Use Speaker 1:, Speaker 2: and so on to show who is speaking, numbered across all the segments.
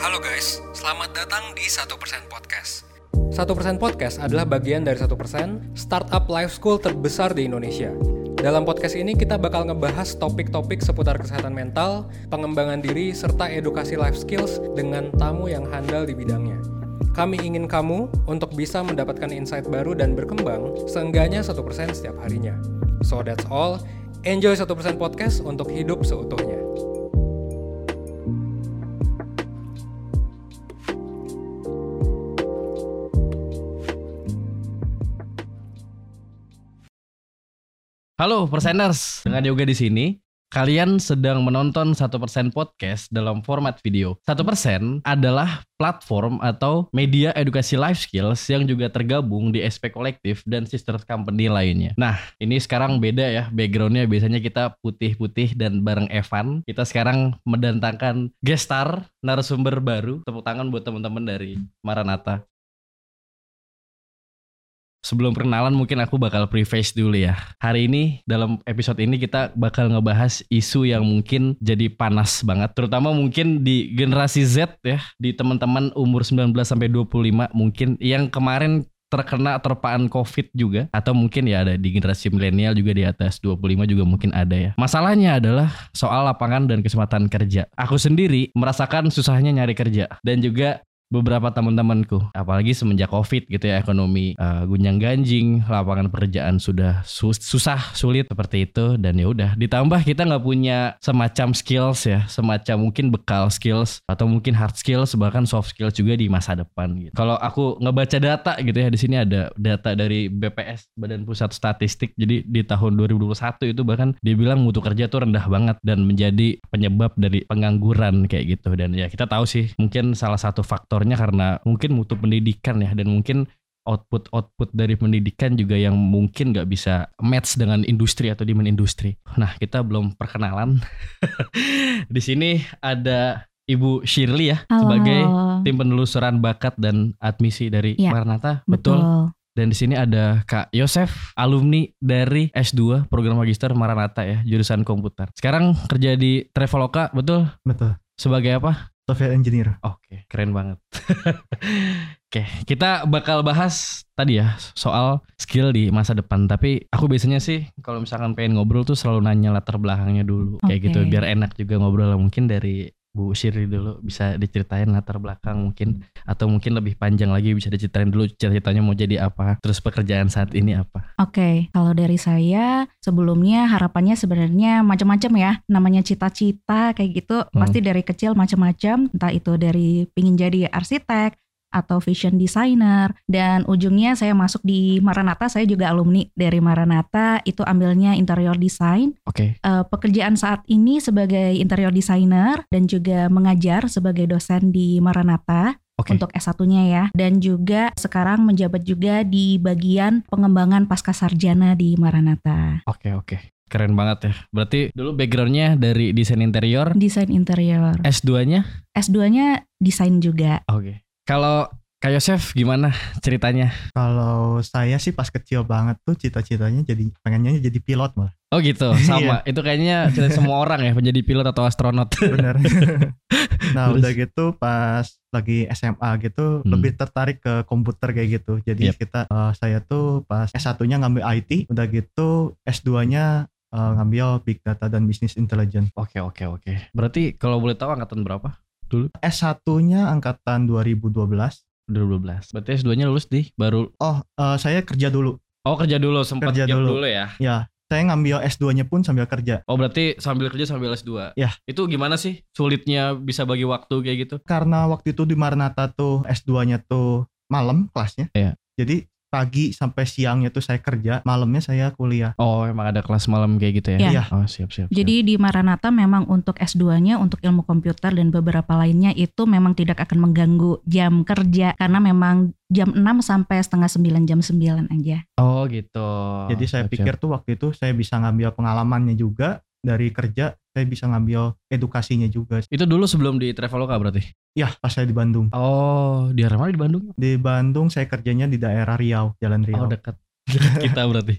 Speaker 1: Halo guys, selamat datang di 1% Podcast. 1% Podcast adalah bagian dari 1% startup life school terbesar di Indonesia. Dalam podcast ini kita bakal ngebahas topik-topik seputar kesehatan mental, pengembangan diri, serta edukasi life skills dengan tamu yang handal di bidangnya. Kami ingin kamu untuk bisa mendapatkan insight baru dan berkembang seenggaknya 1% setiap harinya. So that's all. Enjoy 1% Podcast untuk hidup seutuhnya.
Speaker 2: Halo Perseners, dengan Yoga di sini. Kalian sedang menonton 1% Podcast dalam format video. 1% adalah platform atau media edukasi life skills yang juga tergabung di SP Kolektif dan sister company lainnya. Nah, ini sekarang beda ya backgroundnya. Biasanya kita putih-putih dan bareng Evan. Kita sekarang mendatangkan guest star, narasumber baru. Tepuk tangan buat teman-teman dari Maranatha. Sebelum perkenalan mungkin aku bakal preface dulu ya. Hari ini dalam episode ini kita bakal ngebahas isu yang mungkin jadi panas banget. Terutama mungkin di generasi Z ya. Di teman-teman umur 19 sampai 25 mungkin yang kemarin terpaan COVID juga. Atau mungkin ya ada di generasi milenial juga di atas 25 juga mungkin ada ya. Masalahnya adalah soal lapangan dan kesempatan kerja. Aku sendiri merasakan susahnya nyari kerja. Dan juga beberapa teman-temanku, apalagi semenjak COVID gitu ya, ekonomi gunjang-ganjing, lapangan pekerjaan sudah susah, sulit seperti itu. Dan ya udah, ditambah kita nggak punya semacam skills ya, semacam mungkin bekal skills atau mungkin hard skills, bahkan soft skills juga di masa depan gitu. Kalau aku ngebaca data gitu ya, di sini ada data dari BPS, Badan Pusat Statistik. Jadi di tahun 2021 itu bahkan dibilang mutu kerja tuh rendah banget dan menjadi penyebab dari pengangguran kayak gitu. Dan ya kita tahu sih, mungkin salah satu faktor karena mungkin mutu pendidikan ya, dan mungkin output dari pendidikan juga yang mungkin nggak bisa match dengan industri atau demand industri. Nah, kita belum perkenalan. Di sini ada Ibu Shirley ya.
Speaker 3: Halo.
Speaker 2: Sebagai tim penelusuran bakat dan admisi dari Maranatha. Betul. Dan di sini ada Kak Yosef, alumni dari S2 program magister Maranatha ya, jurusan komputer. Sekarang kerja di Traveloka, betul?
Speaker 4: Betul.
Speaker 2: Sebagai apa?
Speaker 4: Software engineer.
Speaker 2: Oke, keren banget. Oke, kita bakal bahas tadi ya soal skill di masa depan. Tapi aku biasanya sih kalau misalkan pengen ngobrol tuh selalu nanya latar belakangnya dulu. Kayak gitu, biar enak juga ngobrol. Mungkin dari Bu Shirley dulu bisa diceritain latar belakang mungkin. Atau mungkin lebih panjang lagi bisa diceritain dulu ceritanya mau jadi apa. Terus pekerjaan saat ini apa.
Speaker 3: Oke, kalau dari saya sebelumnya harapannya sebenarnya macam-macam ya. Namanya cita-cita kayak gitu pasti dari kecil macam-macam. Entah itu dari pingin jadi arsitek atau fashion designer, dan ujungnya saya masuk di Maranatha. Saya juga alumni dari Maranatha, itu ambilnya interior design. Pekerjaan saat ini sebagai interior designer dan juga mengajar sebagai dosen di Maranatha untuk S1-nya ya, dan juga sekarang menjabat juga di bagian pengembangan pasca sarjana di Maranatha.
Speaker 2: Oke. Keren banget ya. Berarti dulu backgroundnya dari desain interior.
Speaker 3: Desain interior.
Speaker 2: S2-nya?
Speaker 3: S2-nya desain juga.
Speaker 2: Oke. Kalau Kak Yosef gimana ceritanya?
Speaker 4: Kalau saya sih pas kecil banget tuh cita-citanya pengennya jadi pilot malah.
Speaker 2: Oh gitu, sama. Itu kayaknya cita semua orang ya, menjadi pilot atau astronot.
Speaker 4: Bener. Nah udah gitu pas lagi SMA gitu lebih tertarik ke komputer kayak gitu. Jadi saya tuh pas S1-nya ngambil IT, udah gitu S2-nya ngambil Big Data dan Business Intelligence.
Speaker 2: Oke. Berarti kalau boleh tahu angkatan berapa dulu?
Speaker 4: S1-nya angkatan 2012.
Speaker 2: Berarti S2-nya lulus di baru.
Speaker 4: Saya kerja dulu.
Speaker 2: Oh, kerja dulu, sempat kerja dulu ya.
Speaker 4: Ya, saya ngambil S2-nya pun sambil kerja.
Speaker 2: Oh, berarti sambil kerja sambil S2.
Speaker 4: Ya.
Speaker 2: Itu gimana sih sulitnya bisa bagi waktu kayak gitu?
Speaker 4: Karena waktu itu di Maranatha tuh S2-nya tuh malam kelasnya.
Speaker 2: Iya.
Speaker 4: Jadi pagi sampai siangnya tuh saya kerja, malamnya saya kuliah.
Speaker 2: Oh, emang ada kelas malam kayak gitu ya?
Speaker 3: Iya.
Speaker 2: Oh, siap.
Speaker 3: Jadi di Maranatha memang untuk S2-nya untuk ilmu komputer dan beberapa lainnya itu memang tidak akan mengganggu jam kerja, karena memang jam 6 sampai setengah 9, jam 9 aja.
Speaker 2: Oh gitu.
Speaker 4: Jadi saya pikir tuh waktu itu saya bisa ngambil pengalamannya juga. Dari kerja saya bisa ngambil edukasinya juga.
Speaker 2: Itu dulu sebelum di Traveloka berarti?
Speaker 4: Ya, pas saya di Bandung.
Speaker 2: Oh, di mana di Bandung?
Speaker 4: Di Bandung saya kerjanya di daerah Riau, Jalan Riau.
Speaker 2: Oh, dekat. Kita berarti.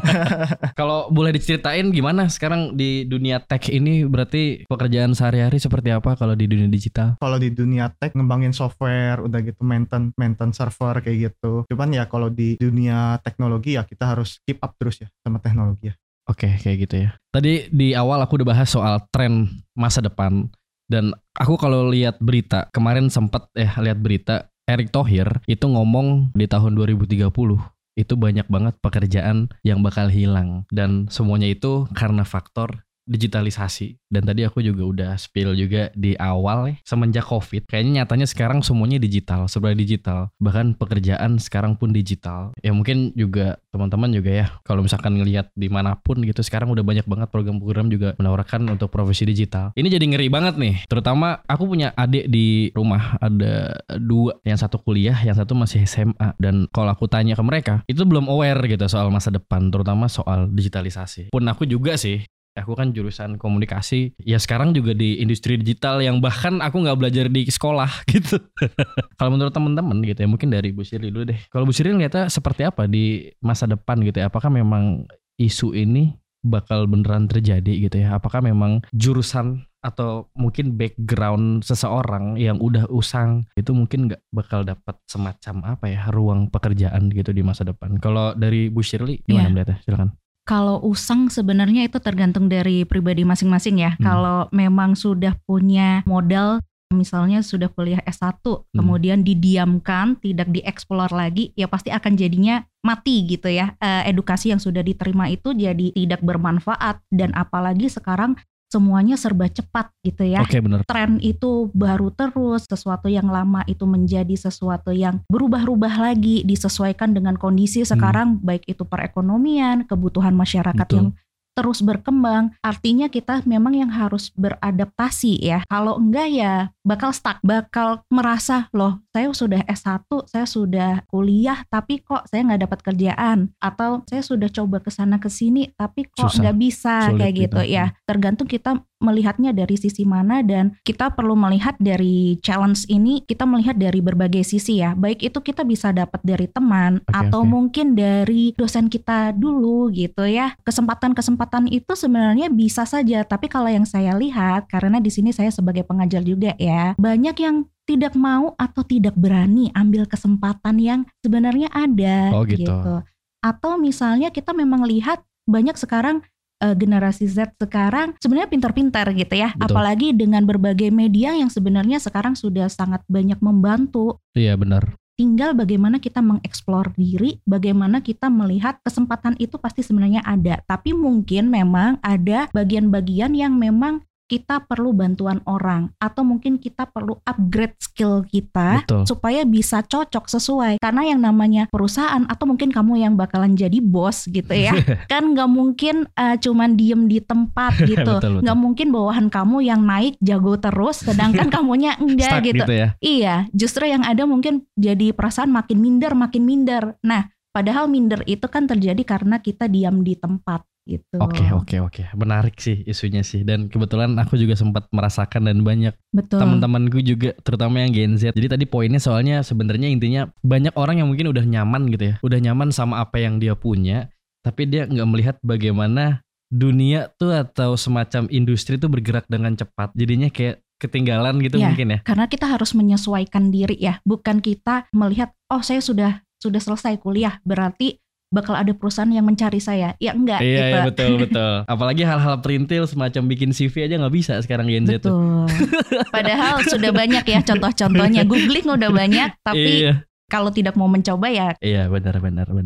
Speaker 2: Kalau boleh diceritain gimana sekarang di dunia tech ini, berarti pekerjaan sehari-hari seperti apa kalau di dunia digital?
Speaker 4: Kalau di dunia tech ngembangin software, udah gitu maintain server kayak gitu. Cuman ya kalau di dunia teknologi ya kita harus keep up terus ya sama teknologi ya.
Speaker 2: Oke, kayak gitu ya. Tadi di awal aku udah bahas soal tren masa depan. Dan aku kalau lihat berita, kemarin sempat lihat berita Erick Thohir itu ngomong di tahun 2030 itu banyak banget pekerjaan yang bakal hilang. Dan semuanya itu karena faktor digitalisasi. Dan tadi aku juga udah spill juga di awal semenjak COVID, kayaknya nyatanya sekarang semuanya digital, serba digital. Bahkan pekerjaan sekarang pun digital. Ya mungkin juga teman-teman juga ya, kalau misalkan ngelihat dimanapun gitu, sekarang udah banyak banget program-program juga menawarkan untuk profesi digital. Ini jadi ngeri banget nih. Terutama aku punya adik di rumah, ada 2, yang satu kuliah, yang satu masih SMA. Dan kalau aku tanya ke mereka, itu belum aware gitu soal masa depan, terutama soal digitalisasi. Pun aku juga sih, aku kan jurusan komunikasi, ya sekarang juga di industri digital yang bahkan aku nggak belajar di sekolah gitu. Kalau menurut teman-teman gitu ya, mungkin dari Bu Shirley dulu deh. Kalau Bu Shirley ngeliatnya seperti apa di masa depan gitu ya? Apakah memang isu ini bakal beneran terjadi gitu ya? Apakah memang jurusan atau mungkin background seseorang yang udah usang itu mungkin nggak bakal dapat semacam apa ya, ruang pekerjaan gitu di masa depan? Kalau dari Bu Shirley gimana melihatnya? Silakan.
Speaker 3: Kalau usang sebenarnya itu tergantung dari pribadi masing-masing ya. Kalau memang sudah punya modal, misalnya sudah kuliah S1, kemudian didiamkan, tidak dieksplor lagi, ya pasti akan jadinya mati gitu ya. Edukasi yang sudah diterima itu jadi tidak bermanfaat. Dan apalagi sekarang semuanya serba cepat gitu ya.
Speaker 2: Oke, benar.
Speaker 3: Tren itu baru terus, sesuatu yang lama itu menjadi sesuatu yang berubah-ubah lagi, disesuaikan dengan kondisi sekarang, baik itu perekonomian, kebutuhan masyarakat yang terus berkembang. Artinya kita memang yang harus beradaptasi ya. Kalau enggak ya bakal stuck, bakal merasa loh saya sudah S1, saya sudah kuliah tapi kok saya nggak dapat kerjaan, atau saya sudah coba kesana kesini tapi kok nggak bisa, kayak gitu ya. Tergantung kita melihatnya dari sisi mana, dan kita perlu melihat dari challenge ini, kita melihat dari berbagai sisi ya. Baik itu kita bisa dapat dari teman atau mungkin dari dosen kita dulu gitu ya. Kesempatan-kesempatan itu sebenarnya bisa saja, tapi kalau yang saya lihat, karena di sini saya sebagai pengajar juga ya, banyak yang tidak mau atau tidak berani ambil kesempatan yang sebenarnya ada gitu. Atau misalnya kita memang lihat banyak sekarang generasi Z sekarang sebenarnya pintar-pintar gitu ya. Betul. Apalagi dengan berbagai media yang sebenarnya sekarang sudah sangat banyak membantu.
Speaker 2: Iya, benar.
Speaker 3: Tinggal bagaimana kita mengeksplor diri, bagaimana kita melihat kesempatan itu pasti sebenarnya ada. Tapi mungkin memang ada bagian-bagian yang memang kita perlu bantuan orang, atau mungkin kita perlu upgrade skill kita. Betul. Supaya bisa cocok sesuai. Karena yang namanya perusahaan, atau mungkin kamu yang bakalan jadi bos gitu ya, kan gak mungkin cuman diem di tempat gitu. Betul. Gak mungkin bawahan kamu yang naik jago terus, sedangkan kamunya enggak gitu ya? Iya, justru yang ada mungkin jadi perasaan makin minder. Nah, padahal minder itu kan terjadi karena kita diam di tempat gitu.
Speaker 2: Oke. Menarik sih isunya sih. Dan kebetulan aku juga sempat merasakan, dan banyak teman-temanku juga, terutama yang Gen Z. Jadi tadi poinnya soalnya sebenarnya intinya banyak orang yang mungkin udah nyaman gitu ya. Udah nyaman sama apa yang dia punya, tapi dia nggak melihat bagaimana dunia tuh atau semacam industri tuh bergerak dengan cepat. Jadinya kayak ketinggalan gitu mungkin ya. Karena kita harus menyesuaikan diri ya. Bukan kita melihat, oh saya sudah selesai kuliah, berarti bakal ada perusahaan yang mencari saya. Ya enggak gitu. Iya, betul. Apalagi hal-hal perintil semacam bikin CV aja gak bisa sekarang Gen Z. Betul.
Speaker 3: Padahal sudah banyak ya contoh-contohnya. Googling udah banyak, tapi kalau tidak mau mencoba ya.
Speaker 2: Iya, benar.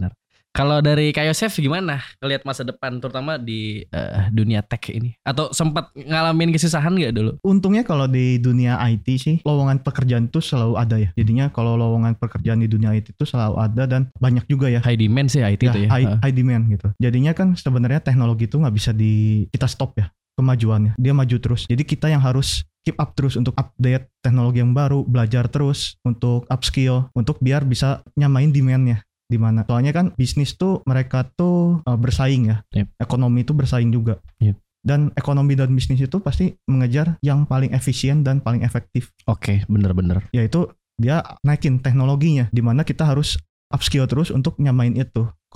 Speaker 2: Kalau dari Kak Yosef gimana ngelihat masa depan, terutama di dunia tech ini? Atau sempat ngalamin kesusahan gak dulu?
Speaker 4: Untungnya kalau di dunia IT sih, lowongan pekerjaan itu selalu ada ya. Jadinya kalau lowongan pekerjaan di dunia IT itu selalu ada, dan banyak juga ya.
Speaker 2: High demand sih IT itu ya.
Speaker 4: High demand gitu. Jadinya kan sebenarnya teknologi itu gak bisa kita stop ya kemajuannya. Dia maju terus. Jadi kita yang harus keep up terus untuk update teknologi yang baru, belajar terus untuk upskill, untuk biar bisa nyamain demandnya. Di mana soalnya kan bisnis tuh mereka tuh bersaing ya. Ekonomi itu bersaing juga. Dan ekonomi dan bisnis itu pasti mengejar yang paling efisien dan paling efektif.
Speaker 2: Oke, bener.
Speaker 4: Yaitu dia naikin teknologinya, di mana kita harus upskill terus untuk nyamain itu.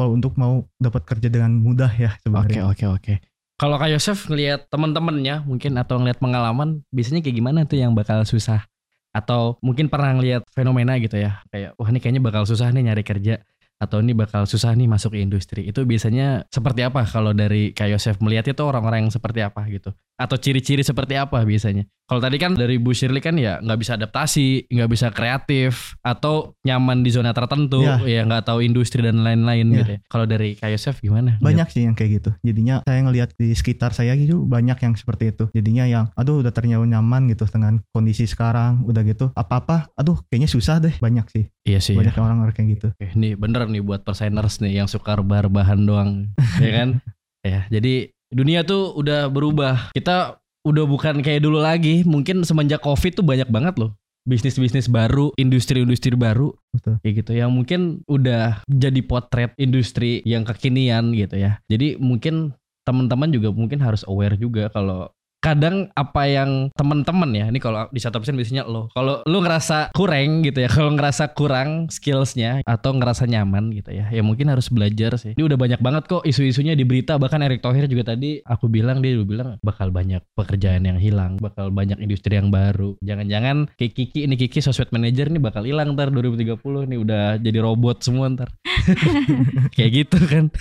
Speaker 4: kalau untuk mau dapat kerja dengan mudah ya sebenarnya.
Speaker 2: Oke. Kalau Kak Yosef ngelihat teman-temannya mungkin atau ngelihat pengalaman, biasanya kayak gimana tuh yang bakal susah? Atau mungkin pernah ngelihat fenomena gitu ya, kayak wah ini kayaknya bakal susah nih nyari kerja, atau ini bakal susah nih masuk ke industri. Itu biasanya seperti apa kalau dari Kak Yosef melihat itu orang-orang yang seperti apa gitu? Atau ciri-ciri seperti apa biasanya? Kalau tadi kan dari Bu Shirley kan ya nggak bisa adaptasi, nggak bisa kreatif, atau nyaman di zona tertentu, ya nggak tahu industri dan lain-lain gitu ya. Kalau dari Kak Yosef gimana?
Speaker 4: Banyak sih yang kayak gitu. Jadinya saya ngelihat di sekitar saya gitu banyak yang seperti itu. Jadinya yang aduh udah ternyata nyaman gitu dengan kondisi sekarang, udah gitu apa-apa, aduh kayaknya susah deh, banyak sih.
Speaker 2: Iya sih.
Speaker 4: Banyak orang-orang kayak gitu.
Speaker 2: Oke, nih bener nih buat perseners nih yang suka rebahan doang, ya kan? Ya, jadi dunia tuh udah berubah. Kita udah bukan kayak dulu lagi. Mungkin semenjak Covid tuh banyak banget loh bisnis-bisnis baru, industri-industri baru.
Speaker 4: Betul.
Speaker 2: Kayak gitu yang mungkin udah jadi potret industri yang kekinian gitu ya. Jadi mungkin teman-teman juga mungkin harus aware juga kalau kadang apa yang teman-teman ya, ini kalau di 1% biasanya kalau lo ngerasa kurang gitu ya, kalau ngerasa kurang skillsnya atau ngerasa nyaman gitu ya mungkin harus belajar sih. Ini udah banyak banget kok isu-isunya di berita, bahkan Erick Thohir juga tadi dia bilang bakal banyak pekerjaan yang hilang, bakal banyak industri yang baru. Jangan-jangan kayak Kiki sosmed manager ini bakal hilang ntar 2030 nih, udah jadi robot semua ntar. Kayak gitu kan.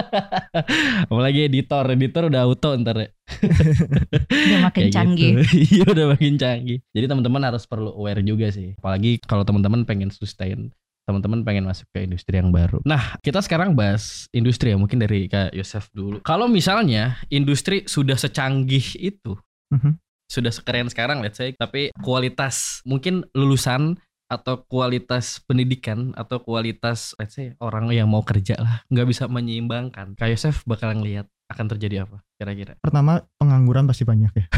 Speaker 2: Apalagi editor udah auto ntar ya.
Speaker 3: Udah makin canggih.
Speaker 2: Iya udah makin canggih. Jadi teman-teman harus perlu aware juga sih. Apalagi kalau teman-teman pengen sustain, teman-teman pengen masuk ke industri yang baru. Nah, kita sekarang bahas industri ya, mungkin dari Kak Yosef dulu. Kalau misalnya industri sudah secanggih itu, sudah sekeren sekarang let's say, tapi kualitas mungkin lulusan atau kualitas pendidikan atau kualitas let's say orang yang mau kerja lah nggak bisa menyeimbangkan. Kak Yosef bakal ngelihat akan terjadi apa kira-kira?
Speaker 4: Pertama, pengangguran pasti banyak ya.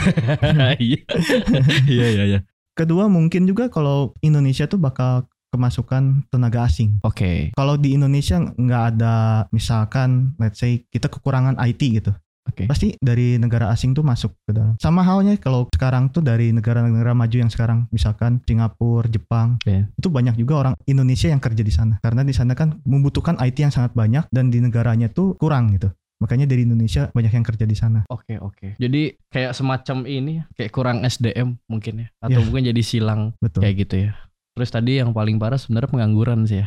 Speaker 4: Iya. Kedua, mungkin juga kalau Indonesia tuh bakal kemasukan tenaga asing.
Speaker 2: Oke.
Speaker 4: Kalau di Indonesia nggak ada misalkan let's say kita kekurangan IT gitu. Pasti dari negara asing tuh masuk ke dalam. Sama halnya kalau sekarang tuh dari negara-negara maju yang sekarang misalkan Singapura, Jepang, itu banyak juga orang Indonesia yang kerja di sana. Karena di sana kan membutuhkan IT yang sangat banyak dan di negaranya tuh kurang gitu. Makanya dari Indonesia banyak yang kerja di sana.
Speaker 2: Oke. Jadi kayak semacam ini, kayak kurang SDM mungkin ya, atau mungkin jadi silang.
Speaker 4: Betul.
Speaker 2: Kayak gitu ya. Terus tadi yang paling parah sebenarnya pengangguran sih ya.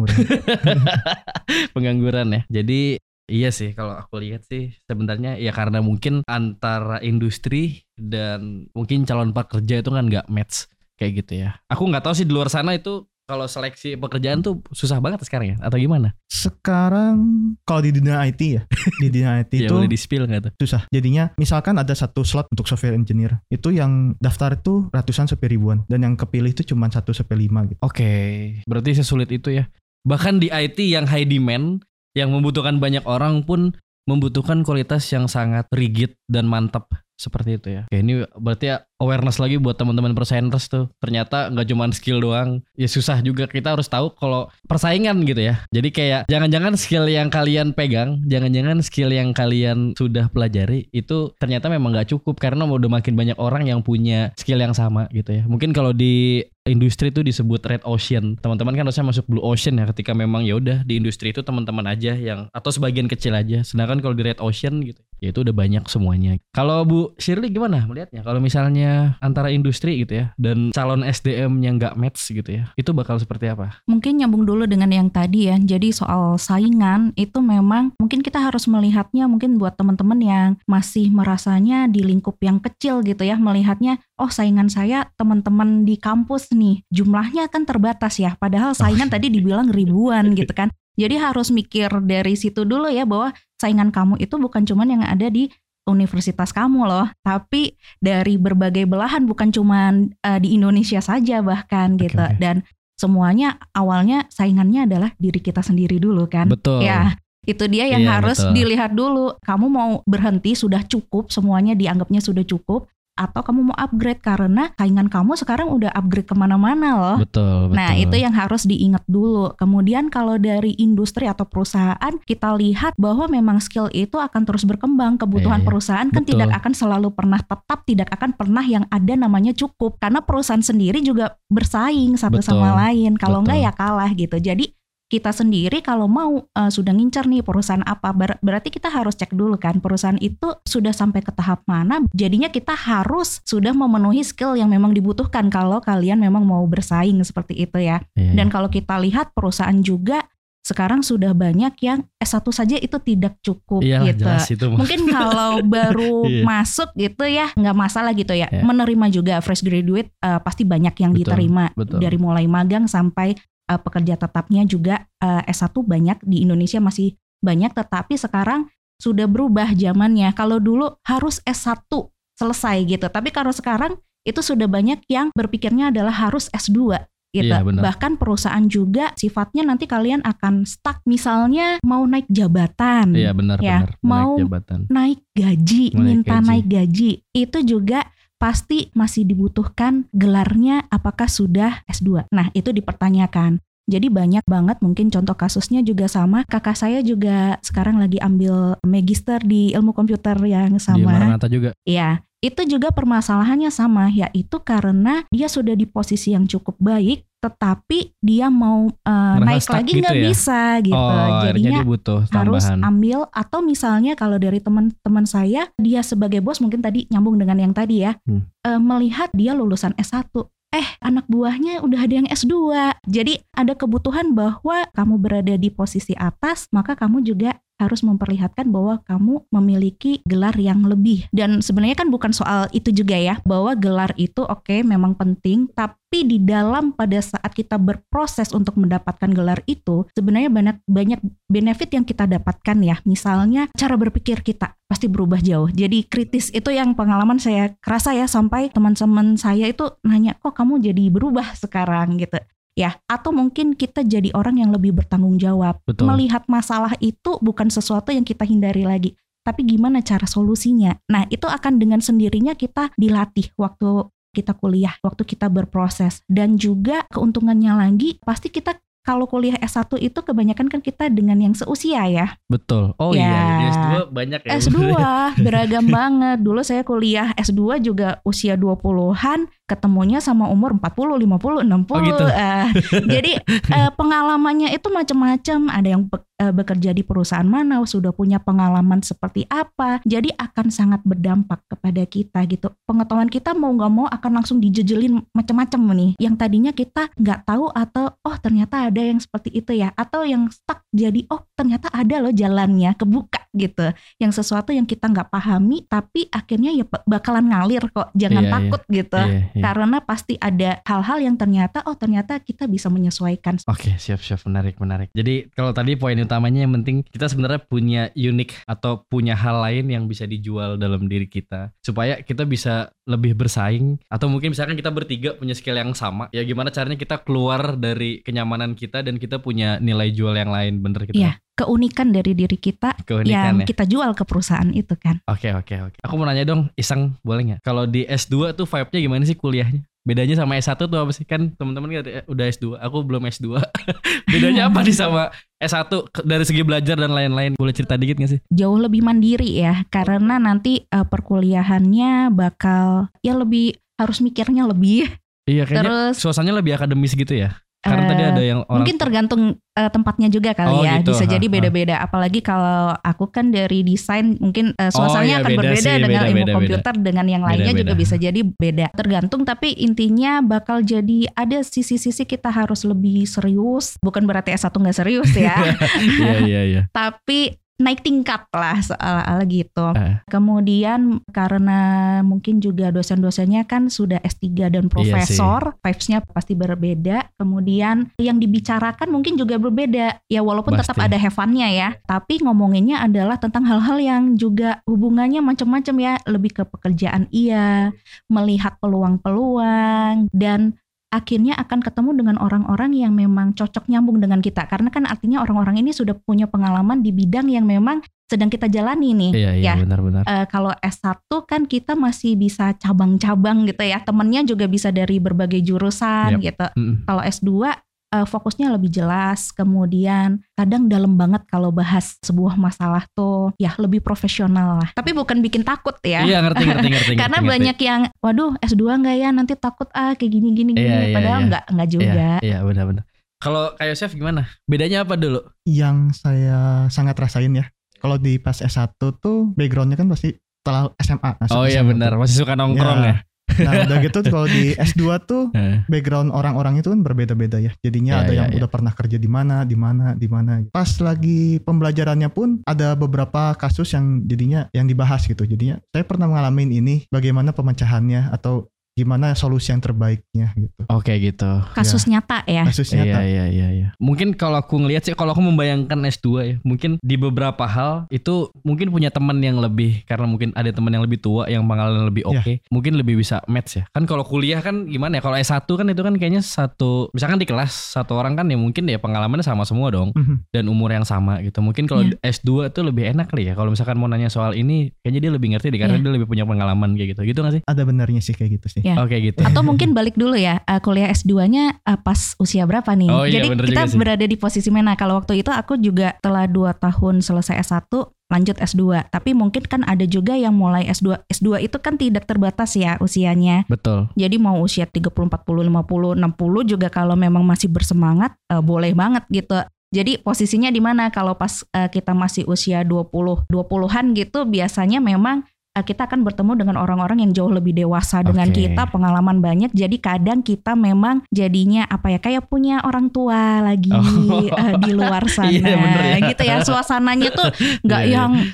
Speaker 2: Pengangguran ya. Jadi iya sih kalau aku lihat sih sebenarnya ya karena mungkin antara industri dan mungkin calon pekerja itu kan nggak match kayak gitu ya. Aku nggak tahu sih di luar sana itu kalau seleksi pekerjaan tuh susah banget sekarang ya atau gimana?
Speaker 4: Sekarang kalau di dunia IT ya, di dunia IT itu
Speaker 2: boleh di-spill nggak tuh?
Speaker 4: Susah. Jadinya misalkan ada satu slot untuk software engineer, itu yang daftar itu ratusan sampai ribuan dan yang kepilih itu cuma 1 sampai 5 gitu.
Speaker 2: Oke, berarti sesulit itu ya. Bahkan di IT yang high demand, yang membutuhkan banyak orang pun membutuhkan kualitas yang sangat rigid dan mantap seperti itu ya. Oke, ini berarti ya awareness lagi buat teman-teman perseners tuh. Ternyata nggak cuma skill doang. Ya susah juga, kita harus tahu kalau persaingan gitu ya. Jadi kayak jangan-jangan skill yang kalian pegang, jangan-jangan skill yang kalian sudah pelajari itu ternyata memang nggak cukup karena udah makin banyak orang yang punya skill yang sama gitu ya. Mungkin kalau di industri itu disebut red ocean. Teman-teman kan harusnya masuk blue ocean ya ketika memang ya udah di industri itu teman-teman aja yang atau sebagian kecil aja. Sedangkan kalau di red ocean gitu ya itu udah banyak semuanya. Kalau Bu Shirley gimana melihatnya? Kalau misalnya antara industri gitu ya dan calon SDM yang nggak match gitu ya, itu bakal seperti apa?
Speaker 3: Mungkin nyambung dulu dengan yang tadi ya. Jadi soal saingan itu memang mungkin kita harus melihatnya mungkin buat teman-teman yang masih merasanya di lingkup yang kecil gitu ya, melihatnya oh saingan saya teman-teman di kampus nih jumlahnya kan terbatas ya, padahal saingan tadi dibilang ribuan gitu kan. Jadi harus mikir dari situ dulu ya bahwa saingan kamu itu bukan cuman yang ada di universitas kamu loh, tapi dari berbagai belahan, bukan cuman di Indonesia saja bahkan gitu. Dan semuanya awalnya saingannya adalah diri kita sendiri dulu kan.
Speaker 2: Betul.
Speaker 3: Ya, itu dia yang harus dilihat dulu. Kamu mau berhenti sudah cukup, semuanya dianggapnya sudah cukup, atau kamu mau upgrade karena saingan kamu sekarang udah upgrade kemana-mana loh.
Speaker 2: Betul.
Speaker 3: Nah itu yang harus diingat dulu. Kemudian kalau dari industri atau perusahaan kita lihat bahwa memang skill itu akan terus berkembang. Kebutuhan perusahaan kan tidak akan selalu pernah tetap, tidak akan pernah yang ada namanya cukup. Karena perusahaan sendiri juga bersaing satu sama lain. Kalau enggak ya kalah gitu. Jadi kita sendiri kalau mau sudah ngincar nih perusahaan apa, berarti kita harus cek dulu kan perusahaan itu sudah sampai ke tahap mana. Jadinya kita harus sudah memenuhi skill yang memang dibutuhkan kalau kalian memang mau bersaing seperti itu ya. Dan kalau kita lihat perusahaan juga sekarang sudah banyak yang S1 saja itu tidak cukup gitu. Mungkin kalau baru masuk gitu ya nggak masalah gitu ya. Menerima juga fresh graduate pasti banyak yang diterima. Dari mulai magang sampai pekerja tetapnya juga S1 banyak di Indonesia masih banyak. Tetapi sekarang sudah berubah zamannya. Kalau dulu harus S1 selesai gitu. Tapi kalau sekarang itu sudah banyak yang berpikirnya adalah harus S2 gitu. Bahkan perusahaan juga sifatnya nanti kalian akan stuck misalnya mau naik jabatan. Benar. Mau naik gaji, naik gaji. Itu juga pasti masih dibutuhkan gelarnya apakah sudah S2. Nah, itu dipertanyakan. Jadi banyak banget, mungkin contoh kasusnya juga sama. Kakak saya juga sekarang lagi ambil magister di ilmu komputer yang sama. Di
Speaker 2: Maranatha juga.
Speaker 3: Iya. Itu juga permasalahannya sama, yaitu karena dia sudah di posisi yang cukup baik, tetapi dia mau naik lagi nggak bisa gitu. Jadinya
Speaker 2: butuh
Speaker 3: harus ambil, atau misalnya kalau dari teman-teman saya, dia sebagai bos mungkin tadi nyambung dengan yang tadi ya, melihat dia lulusan S1. Anak buahnya udah ada yang S2. Jadi ada kebutuhan bahwa kamu berada di posisi atas, maka kamu juga harus memperlihatkan bahwa kamu memiliki gelar yang lebih. Dan sebenarnya kan bukan soal itu juga ya, bahwa gelar itu oke, memang penting, tapi di dalam pada saat kita berproses untuk mendapatkan gelar itu, sebenarnya banyak benefit yang kita dapatkan ya. Misalnya cara berpikir kita pasti berubah jauh. Jadi kritis itu yang pengalaman saya kerasa ya, sampai teman-teman saya itu nanya, kok kamu jadi berubah sekarang gitu. Ya, atau mungkin kita jadi orang yang lebih bertanggung jawab. Melihat masalah itu bukan sesuatu yang kita hindari lagi, tapi gimana cara solusinya. Nah, itu akan dengan sendirinya kita dilatih waktu kita kuliah, waktu kita berproses. Dan juga keuntungannya lagi, pasti kita kalau kuliah S1 itu kebanyakan kan kita dengan yang seusia ya.
Speaker 2: Betul. Oh iya, di S2 banyak ya.
Speaker 3: S2 beragam banget. Dulu saya kuliah S2 juga usia 20-an, ketemunya sama umur 40, 50, 60.
Speaker 2: Oh gitu.
Speaker 3: Jadi pengalamannya itu macam-macam. Ada yang bekerja di perusahaan mana, sudah punya pengalaman seperti apa. Jadi akan sangat berdampak kepada kita gitu. Pengetahuan kita mau gak mau akan langsung dijejelin macam-macam nih. Yang tadinya kita gak tahu, atau ternyata ada yang seperti itu ya. Atau yang stuck jadi ternyata ada loh jalannya, kebuka gitu. Yang sesuatu yang kita gak pahami, tapi akhirnya ya bakalan ngalir kok. Jangan takut gitu. Karena pasti ada hal-hal yang ternyata kita bisa menyesuaikan.
Speaker 2: Oke, siap. Menarik. Jadi kalau tadi poin utamanya yang penting kita sebenarnya punya unik atau punya hal lain yang bisa dijual dalam diri kita supaya kita bisa lebih bersaing. Atau mungkin misalkan kita bertiga punya skill yang sama, ya gimana caranya kita keluar dari kenyamanan kita dan kita punya nilai jual yang lain, bener kita?
Speaker 3: Iya, keunikan dari diri kita yang kita jual ke perusahaan itu kan. Oke.
Speaker 2: Aku mau nanya dong, Isang, boleh gak? Kalau di S2 tuh vibe-nya gimana sih kuliahnya? Bedanya sama S1 tuh apa sih? Kan teman-teman udah S2, aku belum S2. Bedanya apa nih sama S1 dari segi belajar dan lain-lain? Boleh cerita dikit gak sih?
Speaker 3: Jauh lebih mandiri ya, karena nanti perkuliahannya bakal lebih harus mikirnya lebih.
Speaker 2: Iya, kayaknya suasananya lebih akademis gitu ya. Karena tadi ada yang orang
Speaker 3: mungkin tergantung tempatnya juga kali ya, gitu. Bisa jadi beda-beda. Apalagi kalau aku kan dari desain, mungkin suasananya akan berbeda dengan ilmu komputer, dengan yang lainnya juga bisa jadi beda. Tergantung, tapi intinya bakal jadi ada sisi-sisi kita harus lebih serius. Bukan berarti S1 nggak serius ya.
Speaker 2: Iya.
Speaker 3: Tapi naik tingkat lah soal gitu. Kemudian karena mungkin juga dosen-dosennya kan sudah S3 dan profesor, vibes-nya pasti berbeda. Kemudian yang dibicarakan mungkin juga berbeda. Ya walaupun tetap ada have fun-nya ya, tapi ngomonginnya adalah tentang hal-hal yang juga hubungannya macam-macam ya, lebih ke pekerjaan melihat peluang-peluang, dan akhirnya akan ketemu dengan orang-orang yang memang cocok nyambung dengan kita. Karena kan artinya orang-orang ini sudah punya pengalaman di bidang yang memang sedang kita jalani nih.
Speaker 2: Iya, benar-benar.
Speaker 3: Kalau S1 kan kita masih bisa cabang-cabang gitu ya. Temennya juga bisa dari berbagai jurusan gitu. Kalau S2 fokusnya lebih jelas, kemudian kadang dalam banget kalau bahas sebuah masalah tuh ya lebih profesional lah. Tapi bukan bikin takut ya.
Speaker 2: Iya, ngerti.
Speaker 3: Karena banyak yang waduh S2 enggak ya, nanti takut kayak gini. Padahal enggak juga.
Speaker 2: Iya, benar-benar. Kalau kayak Yosef gimana? Bedanya apa dulu?
Speaker 4: Yang saya sangat rasain ya, kalau di pas S1 tuh backgroundnya kan pasti setelah SMA.
Speaker 2: Oh iya benar, masih suka nongkrong ya.
Speaker 4: Nah udah gitu kalau di S2 tuh background orang-orang itu kan berbeda-beda ya. Jadinya ada yang udah pernah kerja di mana. Pas lagi pembelajarannya pun ada beberapa kasus yang jadinya yang dibahas gitu. Jadinya saya pernah ngalamin ini, bagaimana pemecahannya atau gimana solusi yang terbaiknya gitu.
Speaker 2: Oke gitu.
Speaker 3: Kasus nyata ya.
Speaker 4: Kasus nyata.
Speaker 2: Iya. Mungkin kalau aku ngelihat sih, kalau aku membayangkan S2 ya, mungkin di beberapa hal itu mungkin punya teman yang lebih, karena mungkin ada teman yang lebih tua yang pengalaman lebih oke, mungkin lebih bisa match ya. Kan kalau kuliah kan gimana ya? Kalau S1 kan itu kan kayaknya misalkan di kelas satu orang kan ya mungkin ya pengalamannya sama semua dong dan umur yang sama gitu. Mungkin kalau S2 tuh lebih enak kali ya. Kalau misalkan mau nanya soal ini, kayaknya dia lebih ngerti deh karena dia lebih punya pengalaman kayak gitu. Gitu nggak sih?
Speaker 4: Ada benarnya sih kayak gitu sih.
Speaker 2: Oke gitu.
Speaker 3: Atau mungkin balik dulu ya, kuliah S2-nya pas usia berapa nih? Jadi kita berada di posisi mana? Kalau waktu itu aku juga setelah 2 tahun selesai S1 lanjut S2. Tapi mungkin kan ada juga yang mulai S2. S2 itu kan tidak terbatas ya usianya.
Speaker 2: Betul.
Speaker 3: Jadi mau usia 30, 40, 50, 60 juga kalau memang masih bersemangat boleh banget gitu. Jadi posisinya di mana? Kalau pas kita masih usia 20-an gitu, biasanya memang kita akan bertemu dengan orang-orang yang jauh lebih dewasa dengan kita, pengalaman banyak. Jadi kadang kita memang jadinya kayak punya orang tua lagi di luar sana gitu ya. Suasananya tuh nggak yang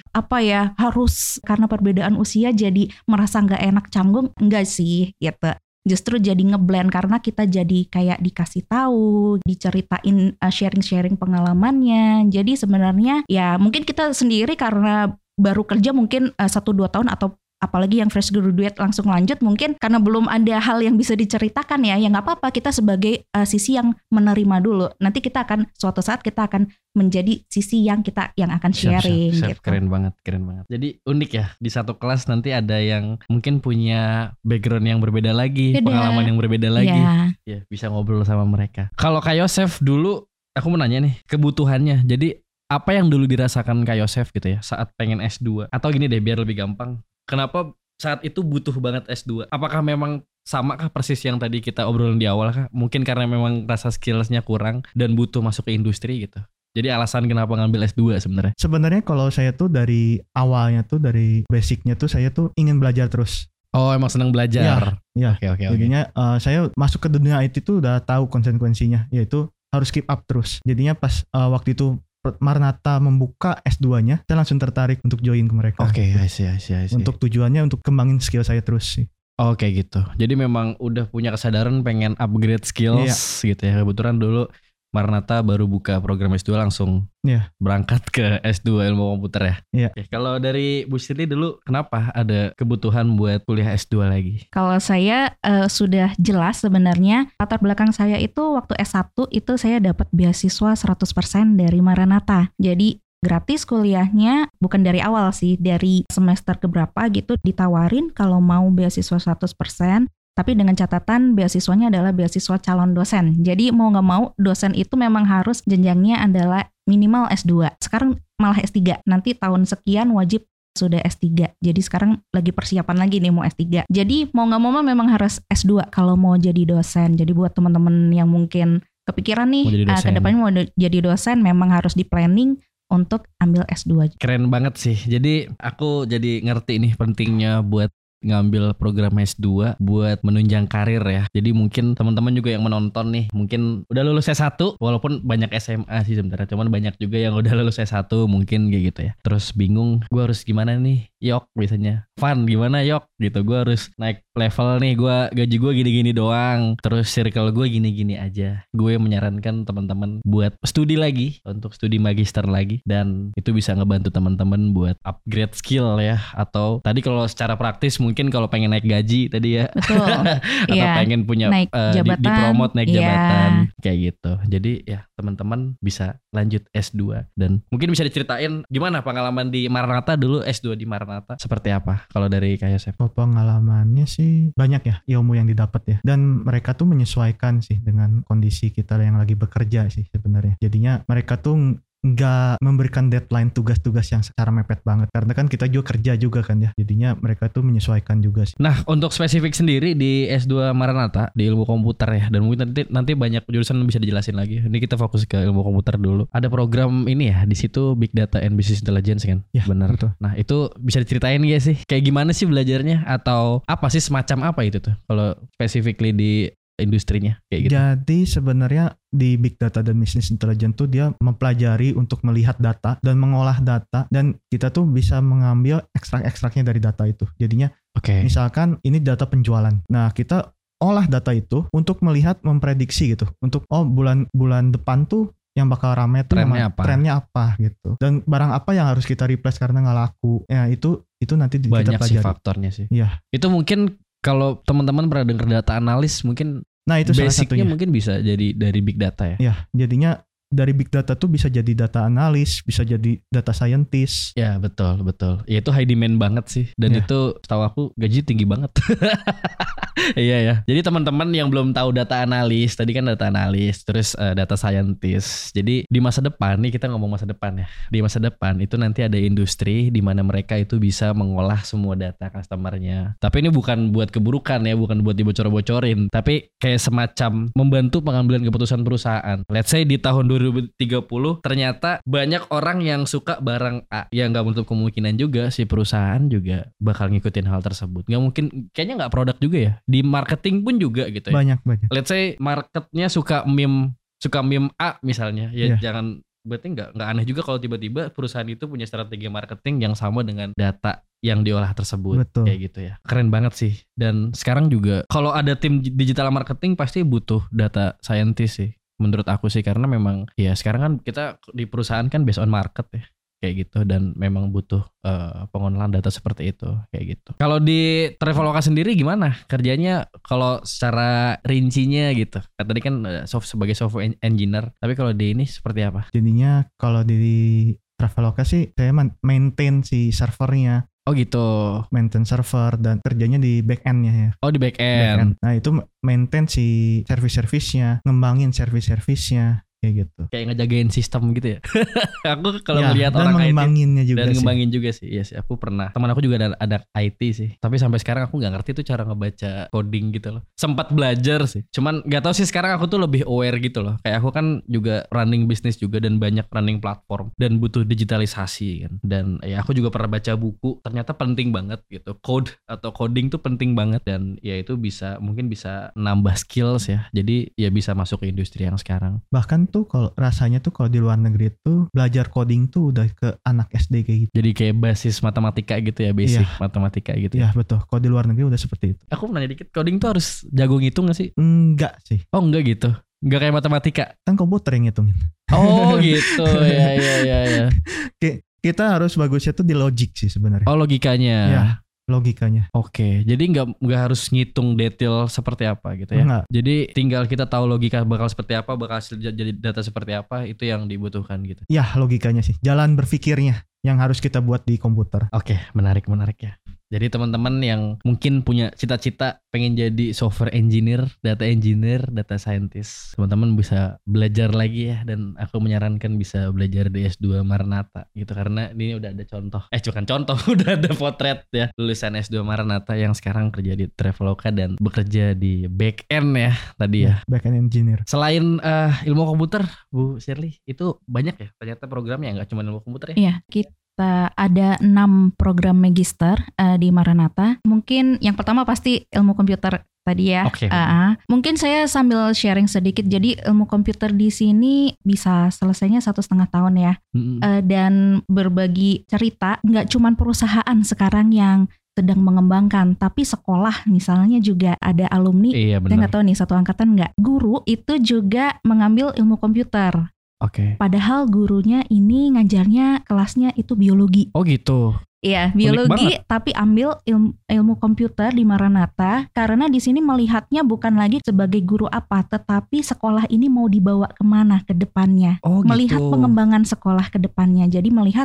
Speaker 3: harus karena perbedaan usia jadi merasa nggak enak canggung, enggak sih gitu. Justru jadi ngeblend karena kita jadi kayak dikasih tahu, diceritain sharing-sharing pengalamannya. Jadi sebenarnya ya mungkin kita sendiri karena baru kerja mungkin 1-2 tahun atau apalagi yang fresh graduate langsung lanjut, mungkin karena belum ada hal yang bisa diceritakan ya nggak apa-apa, kita sebagai sisi yang menerima dulu. Nanti kita akan suatu saat kita akan menjadi sisi yang akan sharing.
Speaker 2: Siap.
Speaker 3: Gitu.
Speaker 2: Keren banget. Jadi unik ya, di satu kelas nanti ada yang mungkin punya background yang berbeda lagi, pengalaman yang berbeda lagi. Ya, bisa ngobrol sama mereka. Kalau Kak Yosef dulu, aku mau nanya nih kebutuhannya. Jadi apa yang dulu dirasakan Kak Yosef gitu ya saat pengen S2? Atau gini deh biar lebih gampang, kenapa saat itu butuh banget S2? Apakah memang sama kah persis yang tadi kita obrolin di awal kah? Mungkin karena memang rasa skillsnya kurang dan butuh masuk ke industri gitu. Jadi alasan kenapa ngambil S2 sebenarnya?
Speaker 4: Sebenarnya kalau saya tuh dari awalnya tuh, dari basicnya tuh saya tuh ingin belajar terus.
Speaker 2: Oh emang senang belajar?
Speaker 4: Iya. Oke. Jadinya saya masuk ke dunia IT tuh udah tahu konsekuensinya, yaitu harus keep up terus. Jadinya pas waktu itu Maranatha membuka S2-nya, saya langsung tertarik untuk join ke mereka.
Speaker 2: Oke, I see.
Speaker 4: Untuk tujuannya untuk kembangin skill saya terus sih.
Speaker 2: Oke gitu. Jadi memang udah punya kesadaran pengen upgrade skills gitu ya. Kebetulan dulu Maranatha baru buka program S2 langsung berangkat ke S2 ilmu komputer ya. Oke, kalau dari Bu Siti dulu kenapa ada kebutuhan buat kuliah S2 lagi?
Speaker 3: Kalau saya sudah jelas sebenarnya latar belakang saya itu waktu S1 itu saya dapat beasiswa 100% dari Maranatha. Jadi gratis kuliahnya, bukan dari awal sih, dari semester keberapa gitu ditawarin kalau mau beasiswa 100%. Tapi dengan catatan beasiswanya adalah beasiswa calon dosen. Jadi mau gak mau dosen itu memang harus jenjangnya adalah minimal S2. Sekarang malah S3. Nanti tahun sekian wajib sudah S3. Jadi sekarang lagi persiapan lagi nih mau S3. Jadi mau gak mau memang harus S2 kalau mau jadi dosen. Jadi buat teman-teman yang mungkin kepikiran nih kedepannya mau jadi dosen, memang harus di planning untuk ambil S2.
Speaker 2: Keren banget sih. Jadi aku jadi ngerti nih pentingnya buat ngambil program S2 buat menunjang karir ya. Jadi mungkin teman-teman juga yang menonton nih mungkin udah lulus S1, walaupun banyak SMA sih sebenarnya, cuman banyak juga yang udah lulus S1 mungkin kayak gitu ya. Terus bingung, gue harus gimana nih? Yok biasanya. Fun gimana Yok? Gitu, gue harus naik level nih, gaji gue gini-gini doang. Terus circle gue gini-gini aja. Gue menyarankan teman-teman buat studi lagi, untuk studi magister lagi, dan itu bisa ngebantu teman-teman buat upgrade skill ya. Atau tadi kalau secara praktis mungkin kalau pengen naik gaji tadi ya.
Speaker 3: Betul.
Speaker 2: Atau pengen punya
Speaker 3: naik jabatan,
Speaker 2: dipromot naik jabatan kayak gitu. Jadi ya teman-teman bisa lanjut S2 dan mungkin bisa diceritain gimana pengalaman di Maranatha dulu, S2 di Maranatha seperti apa kalau dari Kak Yosef?
Speaker 4: Pengalamannya sih banyak ya, ilmu yang didapat ya, dan mereka tuh menyesuaikan sih dengan kondisi kita yang lagi bekerja sih sebenarnya. Jadinya mereka tuh nggak memberikan deadline tugas-tugas yang secara mepet banget. Karena kan kita juga kerja juga kan ya. Jadinya mereka tuh menyesuaikan juga sih.
Speaker 2: Nah, untuk spesifik sendiri di S2 Maranatha di ilmu komputer ya, dan mungkin nanti banyak jurusan bisa dijelasin lagi. Ini kita fokus ke ilmu komputer dulu. Ada program ini ya, di situ Big Data and Business Intelligence kan?
Speaker 4: Ya,
Speaker 2: benar.
Speaker 4: betul.
Speaker 2: Nah, itu bisa diceritain gak sih? Kayak gimana sih belajarnya, atau apa sih, semacam apa itu tuh? Kalau specifically di industrinya kayak gitu.
Speaker 4: Jadi sebenarnya di Big Data dan Business Intelligence tuh dia mempelajari untuk melihat data dan mengolah data, dan kita tuh bisa mengambil ekstrak-ekstraknya dari data itu. Jadinya misalkan ini data penjualan. Nah, kita olah data itu untuk melihat, memprediksi gitu. Untuk bulan depan tuh yang bakal rame tuh trennya apa gitu. Dan barang apa yang harus kita replace karena nggak laku. Ya itu nanti
Speaker 2: banyak
Speaker 4: kita pelajari.
Speaker 2: Sih faktornya sih.
Speaker 4: Iya.
Speaker 2: Itu mungkin kalau teman-teman pernah dengar data analis, mungkin
Speaker 4: itu
Speaker 2: basicnya mungkin bisa jadi dari big data ya.
Speaker 4: Ya, jadinya dari big data tuh bisa jadi data analis, bisa jadi data scientist.
Speaker 2: Ya, betul. Ya itu high demand banget sih. Dan itu setahu aku gaji tinggi banget. Iya ya. Jadi teman-teman yang belum tahu data analis, tadi kan data analis, terus data scientist. Jadi di masa depan nih, kita ngomong masa depan ya. Di masa depan itu nanti ada industri di mana mereka itu bisa mengolah semua data customernya. Tapi ini bukan buat keburukan ya, bukan buat dibocor-bocorin, tapi kayak semacam membantu pengambilan keputusan perusahaan. Let's say di tahun 2030 ternyata banyak orang yang suka barang A, ya nggak menutup kemungkinan juga si perusahaan juga bakal ngikutin hal tersebut. Nggak mungkin, kayaknya nggak produk juga ya. Di marketing pun juga gitu ya.
Speaker 4: Banyak.
Speaker 2: Let's say marketnya suka meme A misalnya, ya jangan, berarti nggak aneh juga kalau tiba-tiba perusahaan itu punya strategi marketing yang sama dengan data yang diolah tersebut.
Speaker 4: Betul.
Speaker 2: Kayak gitu ya. Keren banget sih. Dan sekarang juga kalau ada tim digital marketing pasti butuh data scientist sih. Menurut aku sih, karena memang ya sekarang kan kita di perusahaan kan based on market ya. Kayak gitu, dan memang butuh pengolahan data seperti itu kayak gitu. Kalau di Traveloka sendiri gimana kerjanya kalau secara rincinya gitu? Tadi kan sebagai software engineer, tapi kalau di ini seperti apa?
Speaker 4: Jadinya kalau di Traveloka sih saya maintain si servernya.
Speaker 2: Oh gitu.
Speaker 4: Maintain server dan kerjanya di back end-nya ya.
Speaker 2: Oh di back end.
Speaker 4: Nah itu maintain si service-service-nya, ngembangin service-service-nya. Kayak gitu.
Speaker 2: Kayak ngejagain sistem gitu ya. Aku kalau melihat orang
Speaker 4: ngembanginnya
Speaker 2: IT
Speaker 4: juga
Speaker 2: dan
Speaker 4: sih.
Speaker 2: ngembangin juga sih. Iya sih, aku pernah. Teman aku juga ada IT sih. Tapi sampai sekarang aku nggak ngerti tuh cara ngebaca coding gitu loh. Sempat belajar sih. Cuman nggak tahu sih, sekarang aku tuh lebih aware gitu loh. Kayak aku kan juga running bisnis juga dan banyak running platform dan butuh digitalisasi kan. Dan ya aku juga pernah baca buku. Ternyata penting banget gitu. Code atau coding tuh penting banget, dan ya itu mungkin bisa nambah skills ya. Jadi ya bisa masuk ke industri yang sekarang.
Speaker 4: Bahkan tuh kalau rasanya tuh kalau di luar negeri tuh belajar coding tuh udah ke anak SD kayak gitu.
Speaker 2: Jadi kayak basis matematika gitu ya, basic matematika gitu.
Speaker 4: Iya betul. Kalau di luar negeri udah seperti itu.
Speaker 2: Aku nanya dikit, coding tuh harus jago ngitung gak sih?
Speaker 4: Enggak sih.
Speaker 2: Oh enggak gitu. Enggak kayak matematika.
Speaker 4: Kan komputer yang ngitungin.
Speaker 2: Oh gitu. Ya.
Speaker 4: Kita harus bagusnya tuh di logic sih sebenarnya.
Speaker 2: Oh logikanya.
Speaker 4: Iya. Logikanya.
Speaker 2: Oke, jadi nggak harus ngitung detail seperti apa gitu ya.
Speaker 4: Enggak.
Speaker 2: Jadi tinggal kita tahu logika bakal seperti apa, bakal jadi data seperti apa, itu yang dibutuhkan gitu.
Speaker 4: Ya logikanya sih, jalan berpikirnya yang harus kita buat di komputer.
Speaker 2: Oke, menarik ya. Jadi teman-teman yang mungkin punya cita-cita pengen jadi software engineer, data scientist, teman-teman bisa belajar lagi ya, dan aku menyarankan bisa belajar di S2 Maranatha gitu, karena ini udah ada udah ada potret ya lulusan S2 Maranatha yang sekarang kerja di Traveloka dan bekerja di back end ya tadi ya.
Speaker 4: Back end engineer.
Speaker 2: Selain ilmu komputer, Bu Shirley, itu banyak ya ternyata programnya, nggak cuma ilmu komputer ya?
Speaker 3: Iya, kita ada 6 program magister di Maranatha. Mungkin yang pertama pasti ilmu komputer tadi ya.
Speaker 2: Okay.
Speaker 3: Mungkin saya sambil sharing sedikit. Jadi ilmu komputer di sini bisa selesainya 1,5 tahun ya. Dan berbagi cerita. Nggak cuma perusahaan sekarang yang sedang mengembangkan, tapi sekolah misalnya juga ada alumni.
Speaker 2: Iya,
Speaker 3: saya nggak tahu nih satu angkatan nggak. Guru itu juga mengambil ilmu komputer.
Speaker 2: Oke.
Speaker 3: Padahal gurunya ini ngajarnya kelasnya itu biologi.
Speaker 2: Oh gitu.
Speaker 3: Iya, biologi tapi ambil ilmu komputer di Maranatha karena di sini melihatnya bukan lagi sebagai guru apa, tetapi sekolah ini mau dibawa kemana ke depannya.
Speaker 2: Oh,
Speaker 3: melihat
Speaker 2: gitu.
Speaker 3: Pengembangan sekolah ke depannya. Jadi melihat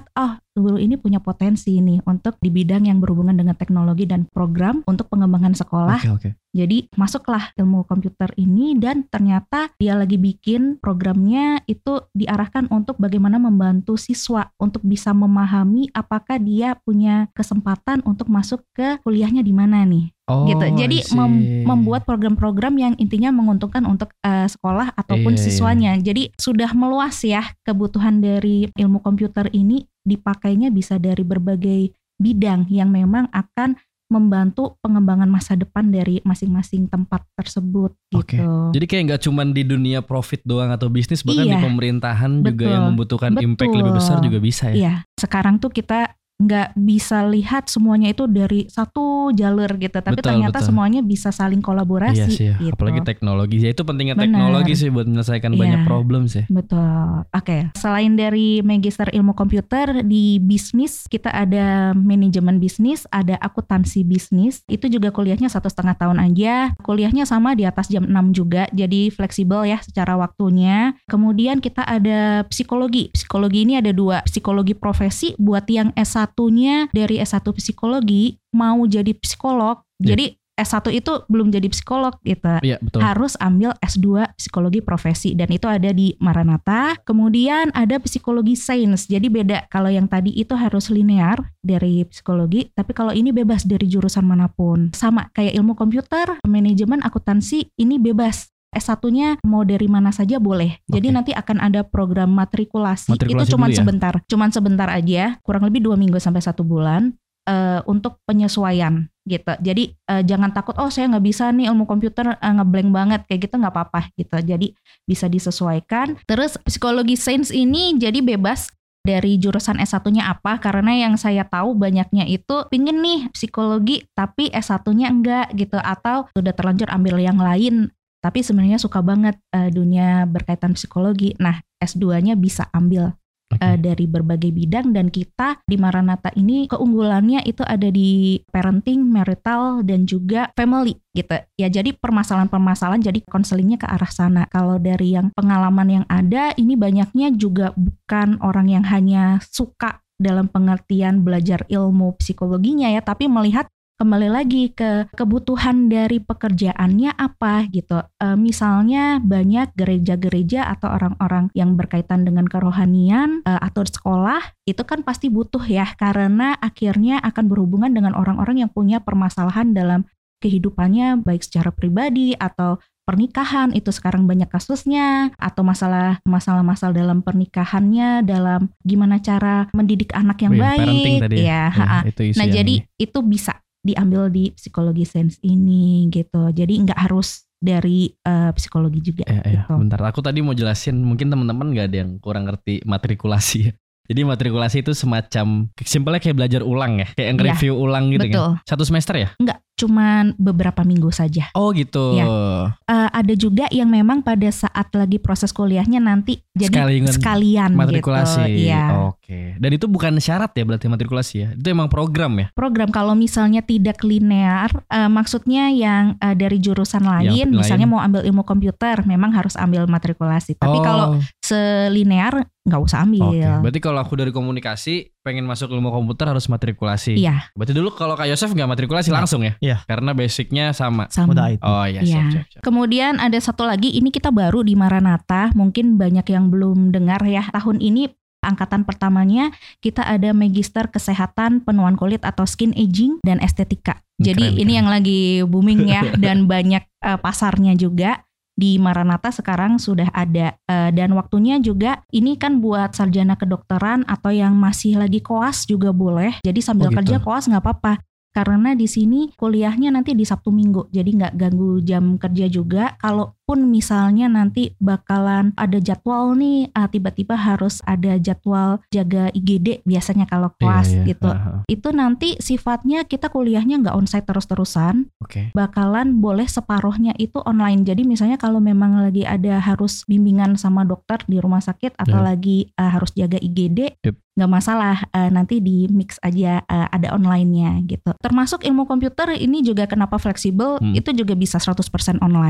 Speaker 3: guru ini punya potensi nih untuk di bidang yang berhubungan dengan teknologi dan program untuk pengembangan sekolah.
Speaker 2: Oke.
Speaker 3: Jadi masuklah ilmu komputer ini dan ternyata dia lagi bikin programnya itu diarahkan untuk bagaimana membantu siswa untuk bisa memahami apakah dia punya kesempatan untuk masuk ke kuliahnya di mana nih. Gitu. Jadi membuat program-program yang intinya menguntungkan untuk sekolah ataupun siswanya. Jadi sudah meluas ya kebutuhan dari ilmu komputer ini, dipakainya bisa dari berbagai bidang yang memang akan membantu pengembangan masa depan dari masing-masing tempat tersebut gitu.
Speaker 2: Jadi kayak nggak cuma di dunia profit doang atau bisnis, bahkan di pemerintahan juga yang membutuhkan impact lebih besar juga bisa ya.
Speaker 3: Iya, sekarang tuh kita nggak bisa lihat semuanya itu dari satu jalur gitu, tapi ternyata semuanya bisa saling kolaborasi.
Speaker 2: Iya sih,
Speaker 3: gitu.
Speaker 2: Apalagi teknologi. Ya itu pentingnya teknologi sih buat menyelesaikan banyak problem sih.
Speaker 3: Betul. Oke. Selain dari magister ilmu komputer, di bisnis kita ada manajemen bisnis, ada akuntansi bisnis. Itu juga kuliahnya 1,5 tahun aja. Kuliahnya sama di atas jam 6 juga, jadi fleksibel ya secara waktunya. Kemudian kita ada psikologi. Psikologi ini ada 2, psikologi profesi buat yang S1-nya dari S1 psikologi mau jadi psikolog. Jadi S1 itu belum jadi psikolog gitu.
Speaker 2: Betul.
Speaker 3: Harus ambil S2 psikologi profesi dan itu ada di Maranatha. Kemudian ada psikologi sains. Jadi beda, kalau yang tadi itu harus linear dari psikologi, tapi kalau ini bebas dari jurusan manapun. Sama kayak ilmu komputer, manajemen, akuntansi, ini bebas. S1-nya mau dari mana saja boleh. Jadi nanti akan ada program matrikulasi itu cuma sebentar. Cuman sebentar aja, kurang lebih 2 minggu sampai 1 bulan untuk penyesuaian gitu. Jadi jangan takut, saya nggak bisa nih ilmu komputer, ngeblank banget kayak gitu, nggak apa-apa gitu. Jadi bisa disesuaikan. Terus psikologi sains ini jadi bebas dari jurusan S1-nya apa, karena yang saya tahu banyaknya itu pingin nih psikologi tapi S1-nya enggak gitu, atau sudah terlanjur ambil yang lain tapi sebenarnya suka banget dunia berkaitan psikologi. Nah, S2-nya bisa ambil dari berbagai bidang, dan kita di Maranatha ini keunggulannya itu ada di parenting, marital, dan juga family gitu. Ya, jadi permasalahan-permasalahan jadi konselingnya ke arah sana. Kalau dari yang pengalaman yang ada, ini banyaknya juga bukan orang yang hanya suka dalam pengertian belajar ilmu psikologinya ya, tapi melihat kembali lagi ke kebutuhan dari pekerjaannya apa gitu. Misalnya banyak gereja-gereja atau orang-orang yang berkaitan dengan kerohanian atau sekolah, itu kan pasti butuh ya, karena akhirnya akan berhubungan dengan orang-orang yang punya permasalahan dalam kehidupannya, baik secara pribadi atau pernikahan, itu sekarang banyak kasusnya, atau masalah dalam pernikahannya, dalam gimana cara mendidik anak yang baik tadi ya. Nah, jadi itu bisa diambil di psikologi sains ini gitu. Jadi nggak harus dari psikologi juga. Gitu.
Speaker 2: Bentar, aku tadi mau jelasin, mungkin teman-teman nggak ada yang kurang ngerti matrikulasi. Jadi matrikulasi itu semacam simpelnya kayak belajar ulang ya, kayak yang review ulang gitu. Betul. Kan? 1 semester ya?
Speaker 3: Enggak, cuman beberapa minggu saja.
Speaker 2: Oh gitu.
Speaker 3: Ya. Ada juga yang memang pada saat lagi proses kuliahnya nanti jadi sekalian
Speaker 2: matrikulasi.
Speaker 3: Gitu. Ya.
Speaker 2: Oke. Dan itu bukan syarat ya berarti matrikulasi ya? Itu emang program ya?
Speaker 3: Program, kalau misalnya tidak linear, maksudnya yang dari jurusan lain, misalnya mau ambil ilmu komputer, memang harus ambil matrikulasi. Tapi kalau selinear nggak usah ambil.
Speaker 2: Oke. Berarti kalau aku dari komunikasi pengen masuk ilmu komputer harus matrikulasi.
Speaker 3: Iya.
Speaker 2: Berarti dulu kalau Kak Yosef nggak matrikulasi langsung ya?
Speaker 4: Iya.
Speaker 2: Karena basicnya sama.
Speaker 4: Udah IT.
Speaker 2: Oh iya, siap.
Speaker 3: Kemudian ada satu lagi, ini kita baru di Maranatha, mungkin banyak yang belum dengar ya. Tahun ini angkatan pertamanya kita ada magister kesehatan penuaan kulit atau skin aging dan estetika. Jadi ini yang lagi booming ya dan banyak pasarnya juga. Di Maranatha sekarang sudah ada dan waktunya juga ini kan buat sarjana kedokteran atau yang masih lagi koas juga boleh. Jadi sambil kerja koas nggak apa-apa. Karena di sini kuliahnya nanti di Sabtu Minggu, jadi nggak ganggu jam kerja juga. Kalaupun misalnya nanti bakalan ada jadwal nih, tiba-tiba harus ada jadwal jaga IGD biasanya kalau kelas gitu. Itu nanti sifatnya kita kuliahnya nggak onsite terus-terusan, bakalan boleh separuhnya itu online. Jadi misalnya kalau memang lagi ada harus bimbingan sama dokter di rumah sakit atau lagi harus jaga IGD, nggak masalah, nanti di mix aja, ada online-nya gitu. Termasuk ilmu komputer ini juga kenapa fleksibel, itu juga bisa 100% online.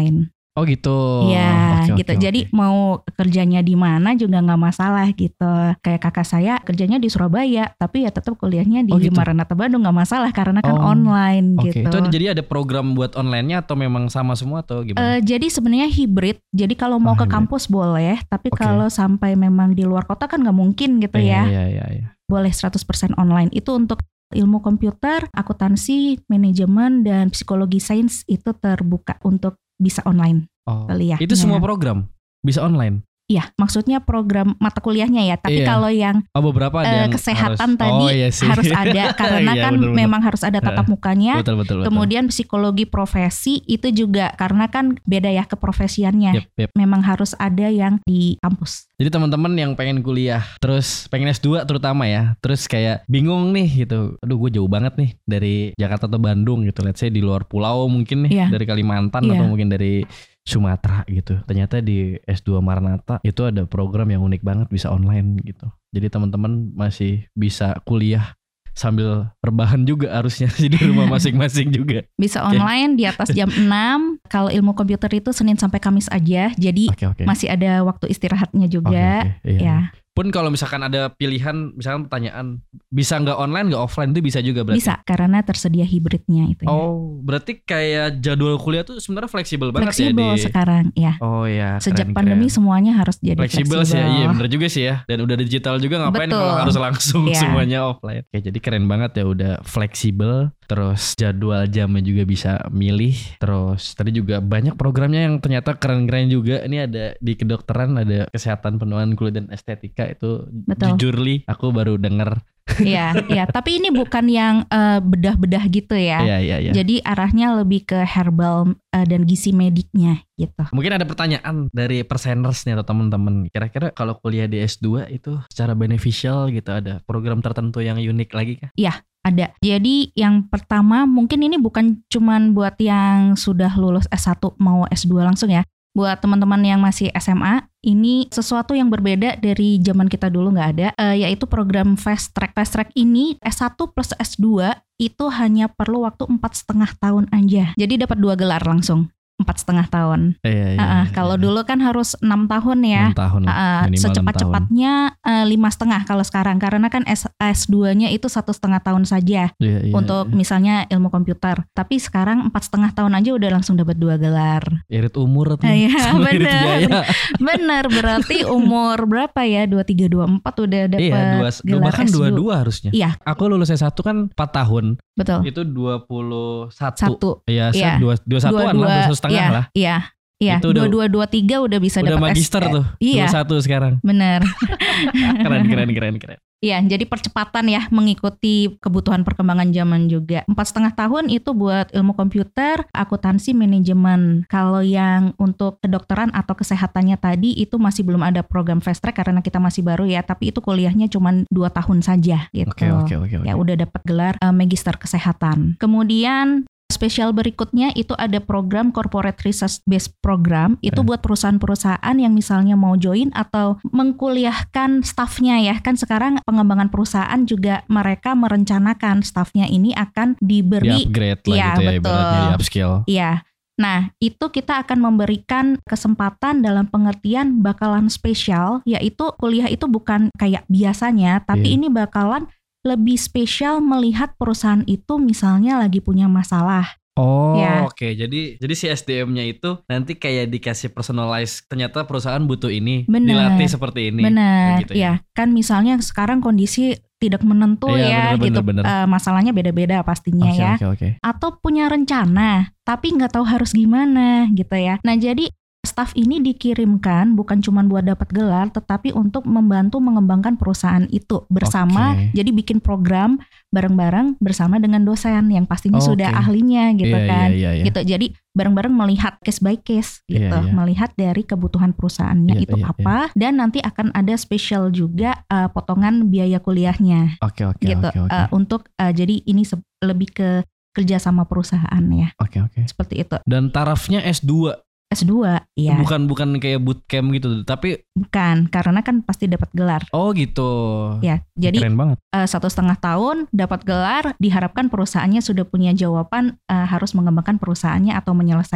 Speaker 2: Oh gitu.
Speaker 3: Iya,
Speaker 2: Oke,
Speaker 3: gitu.
Speaker 2: oke,
Speaker 3: Jadi
Speaker 2: oke.
Speaker 3: mau kerjanya di mana juga nggak masalah gitu. Kayak kakak saya kerjanya di Surabaya, tapi ya tetap kuliahnya di
Speaker 2: Oh, gitu.
Speaker 3: Maranatha Bandung, nggak masalah karena kan
Speaker 2: Oh,
Speaker 3: online
Speaker 2: Oke,
Speaker 3: gitu.
Speaker 2: itu jadi ada program buat online-nya atau memang sama semua atau gimana?
Speaker 3: Jadi sebenarnya hibrid. Jadi kalau mau ke
Speaker 2: hibrid.
Speaker 3: kampus boleh, tapi
Speaker 2: Oke.
Speaker 3: kalau sampai memang di luar kota kan nggak mungkin gitu ya.
Speaker 2: Iya.
Speaker 3: Boleh 100% online. Itu untuk ilmu komputer, akuntansi, manajemen, dan psikologi sains itu terbuka untuk bisa online
Speaker 2: Oh,
Speaker 3: kuliahnya.
Speaker 2: itu semua program bisa online?
Speaker 3: Iya, maksudnya program mata kuliahnya ya. Tapi
Speaker 2: Iya.
Speaker 3: kalau yang
Speaker 2: Oh, beberapa ada yang
Speaker 3: kesehatan
Speaker 2: harus,
Speaker 3: tadi
Speaker 2: iya sih.
Speaker 3: harus ada karena
Speaker 2: Iya,
Speaker 3: kan
Speaker 2: bener-bener.
Speaker 3: memang harus ada tatap mukanya.
Speaker 2: Betul.
Speaker 3: Kemudian psikologi profesi itu juga karena kan beda ya keprofesiannya.
Speaker 2: Yep.
Speaker 3: Memang harus ada yang di kampus.
Speaker 2: Jadi teman-teman yang pengen kuliah, terus pengen S2 terutama ya, terus kayak bingung nih gitu. Aduh, gue jauh banget nih dari Jakarta atau Bandung gitu. Let's say di luar pulau mungkin nih,
Speaker 3: Iya.
Speaker 2: dari Kalimantan
Speaker 3: Iya.
Speaker 2: atau mungkin dari Sumatera gitu. Ternyata di S2 Maranatha itu ada program yang unik banget, bisa online gitu. Jadi teman-teman masih bisa kuliah sambil rebahan juga harusnya di rumah masing-masing juga.
Speaker 3: Bisa online di atas jam 6. Kalau ilmu komputer itu Senin sampai Kamis aja. Jadi
Speaker 2: Oke.
Speaker 3: masih ada waktu istirahatnya juga.
Speaker 2: Oke, iya.
Speaker 3: Ya,
Speaker 2: Pun kalau misalkan ada pilihan, misalkan pertanyaan, bisa nggak online nggak offline itu bisa juga berarti?
Speaker 3: bisa karena tersedia hibridnya itu ya.
Speaker 2: Oh, berarti kayak jadwal kuliah tuh sebenarnya fleksibel banget
Speaker 3: Fleksibel
Speaker 2: ya di.
Speaker 3: sekarang ya.
Speaker 2: Oh ya.
Speaker 3: Sejak
Speaker 2: keren,
Speaker 3: pandemi
Speaker 2: keren.
Speaker 3: semuanya harus jadi
Speaker 2: Fleksibel sih ya, iya bener juga sih ya. Dan udah digital juga, ngapain
Speaker 3: Betul.
Speaker 2: kalau harus langsung
Speaker 3: Iya.
Speaker 2: semuanya offline. Oke, jadi keren banget ya, udah fleksibel. Terus jadwal jamnya juga bisa milih. Terus tadi juga banyak programnya yang ternyata keren-keren juga. Ini ada di kedokteran, ada kesehatan penuaan kulit dan estetika. Itu
Speaker 3: Betul.
Speaker 2: jujur Li, aku baru denger.
Speaker 3: Iya. Tapi ini bukan yang bedah-bedah gitu ya.
Speaker 2: Iya.
Speaker 3: Jadi arahnya lebih ke herbal dan gizi mediknya gitu.
Speaker 2: Mungkin ada pertanyaan dari perseners nih atau teman-teman. Kira-kira kalau kuliah di S2 itu secara beneficial gitu, ada program tertentu yang unik lagi kah?
Speaker 3: Ada. Jadi yang pertama mungkin ini bukan cuman buat yang sudah lulus S1 mau S2 langsung ya. Buat teman-teman yang masih SMA, ini sesuatu yang berbeda dari zaman kita dulu nggak ada, yaitu program fast track. Fast track ini S1 plus S2 itu hanya perlu waktu 4,5 tahun aja. Jadi dapat 2 gelar langsung. 4,5 tahun.
Speaker 2: Iya.
Speaker 3: Kalau dulu kan harus 6 tahun ya.
Speaker 2: 6 tahun lah, minimal 6 tahun.
Speaker 3: Secepat-cepatnya 5,5 kalau sekarang, karena kan S2-nya itu 1,5 tahun saja
Speaker 2: Iya,
Speaker 3: untuk misalnya ilmu komputer. Tapi sekarang 4,5 tahun aja udah langsung dapat 2 gelar.
Speaker 2: irit umur tuh.
Speaker 3: Iya,
Speaker 2: sama irit
Speaker 3: bener.
Speaker 2: biaya.
Speaker 3: Bener, berarti umur berapa ya? 23, 24 udah dapat
Speaker 2: Iya,
Speaker 3: gelar
Speaker 2: bahkan
Speaker 3: S2.
Speaker 2: 22 harusnya.
Speaker 3: Iya,
Speaker 2: Aku lulus S1 kan 4 tahun.
Speaker 3: betul.
Speaker 2: Itu 21.
Speaker 3: 1.
Speaker 2: Iya,
Speaker 3: Iya.
Speaker 2: 21-an lah, 21,5 lah.
Speaker 3: Iya.
Speaker 2: Itu udah-
Speaker 3: 22, 23 udah bisa
Speaker 2: Udah
Speaker 3: dapat
Speaker 2: magister tuh.
Speaker 3: Iya.
Speaker 2: 21 sekarang.
Speaker 3: Bener.
Speaker 2: Keren.
Speaker 3: Iya, jadi percepatan ya mengikuti kebutuhan perkembangan zaman juga. 4,5 tahun itu buat ilmu komputer, akuntansi, manajemen. Kalau yang untuk kedokteran atau kesehatannya tadi itu masih belum ada program fast track karena kita masih baru ya. Tapi itu kuliahnya cuma 2 tahun saja gitu.
Speaker 2: Oke.
Speaker 3: Ya udah dapat gelar magister kesehatan. Kemudian spesial berikutnya itu ada program Corporate Research Based Program. Itu buat perusahaan-perusahaan yang misalnya mau join atau mengkuliahkan staffnya ya. Kan sekarang pengembangan perusahaan juga mereka merencanakan staffnya ini akan diberi.
Speaker 2: Di-upgrade lah
Speaker 3: Iya,
Speaker 2: gitu ya,
Speaker 3: betul.
Speaker 2: ibaratnya di upskill.
Speaker 3: Iya. Nah, itu kita akan memberikan kesempatan dalam pengertian bakalan spesial, yaitu kuliah itu bukan kayak biasanya, tapi
Speaker 2: Iya.
Speaker 3: ini bakalan lebih spesial melihat perusahaan itu misalnya lagi punya masalah.
Speaker 2: Oh,
Speaker 3: Ya.
Speaker 2: oke. Jadi si SDM-nya itu nanti kayak dikasih personalize. Ternyata perusahaan butuh ini,
Speaker 3: Bener.
Speaker 2: dilatih seperti ini.
Speaker 3: Benar,
Speaker 2: Gitu ya.
Speaker 3: ya. Kan misalnya sekarang kondisi tidak menentu
Speaker 2: Iya,
Speaker 3: ya,
Speaker 2: bener,
Speaker 3: gitu.
Speaker 2: bener.
Speaker 3: Masalahnya beda-beda pastinya ya.
Speaker 2: Oke.
Speaker 3: Atau punya rencana, tapi nggak tahu harus gimana gitu ya. Nah, jadi staf ini dikirimkan bukan cuma buat dapat gelar, tetapi untuk membantu mengembangkan perusahaan itu bersama.
Speaker 2: Oke.
Speaker 3: Jadi bikin program bareng-bareng bersama dengan dosen yang pastinya
Speaker 2: Oke.
Speaker 3: sudah ahlinya gitu kan.
Speaker 2: Iya.
Speaker 3: Gitu. Jadi bareng-bareng melihat case by case gitu,
Speaker 2: Iya.
Speaker 3: melihat dari kebutuhan perusahaannya
Speaker 2: Iya,
Speaker 3: itu
Speaker 2: iya,
Speaker 3: apa, dan nanti akan ada spesial juga potongan biaya kuliahnya
Speaker 2: Oke.
Speaker 3: gitu. Untuk jadi ini lebih ke kerja sama perusahaan ya,
Speaker 2: Oke.
Speaker 3: seperti itu.
Speaker 2: Dan tarafnya S2.
Speaker 3: S2 ya,
Speaker 2: Bukan kayak bootcamp gitu, tapi
Speaker 3: bukan, karena kan pasti dapat gelar
Speaker 2: oh gitu.
Speaker 3: ya. Jadi
Speaker 2: Keren banget.
Speaker 3: 1,5 tahun dapat gelar, diharapkan perusahaannya sudah punya jawaban harus mengembangkan perusahaannya atau menyelesaikan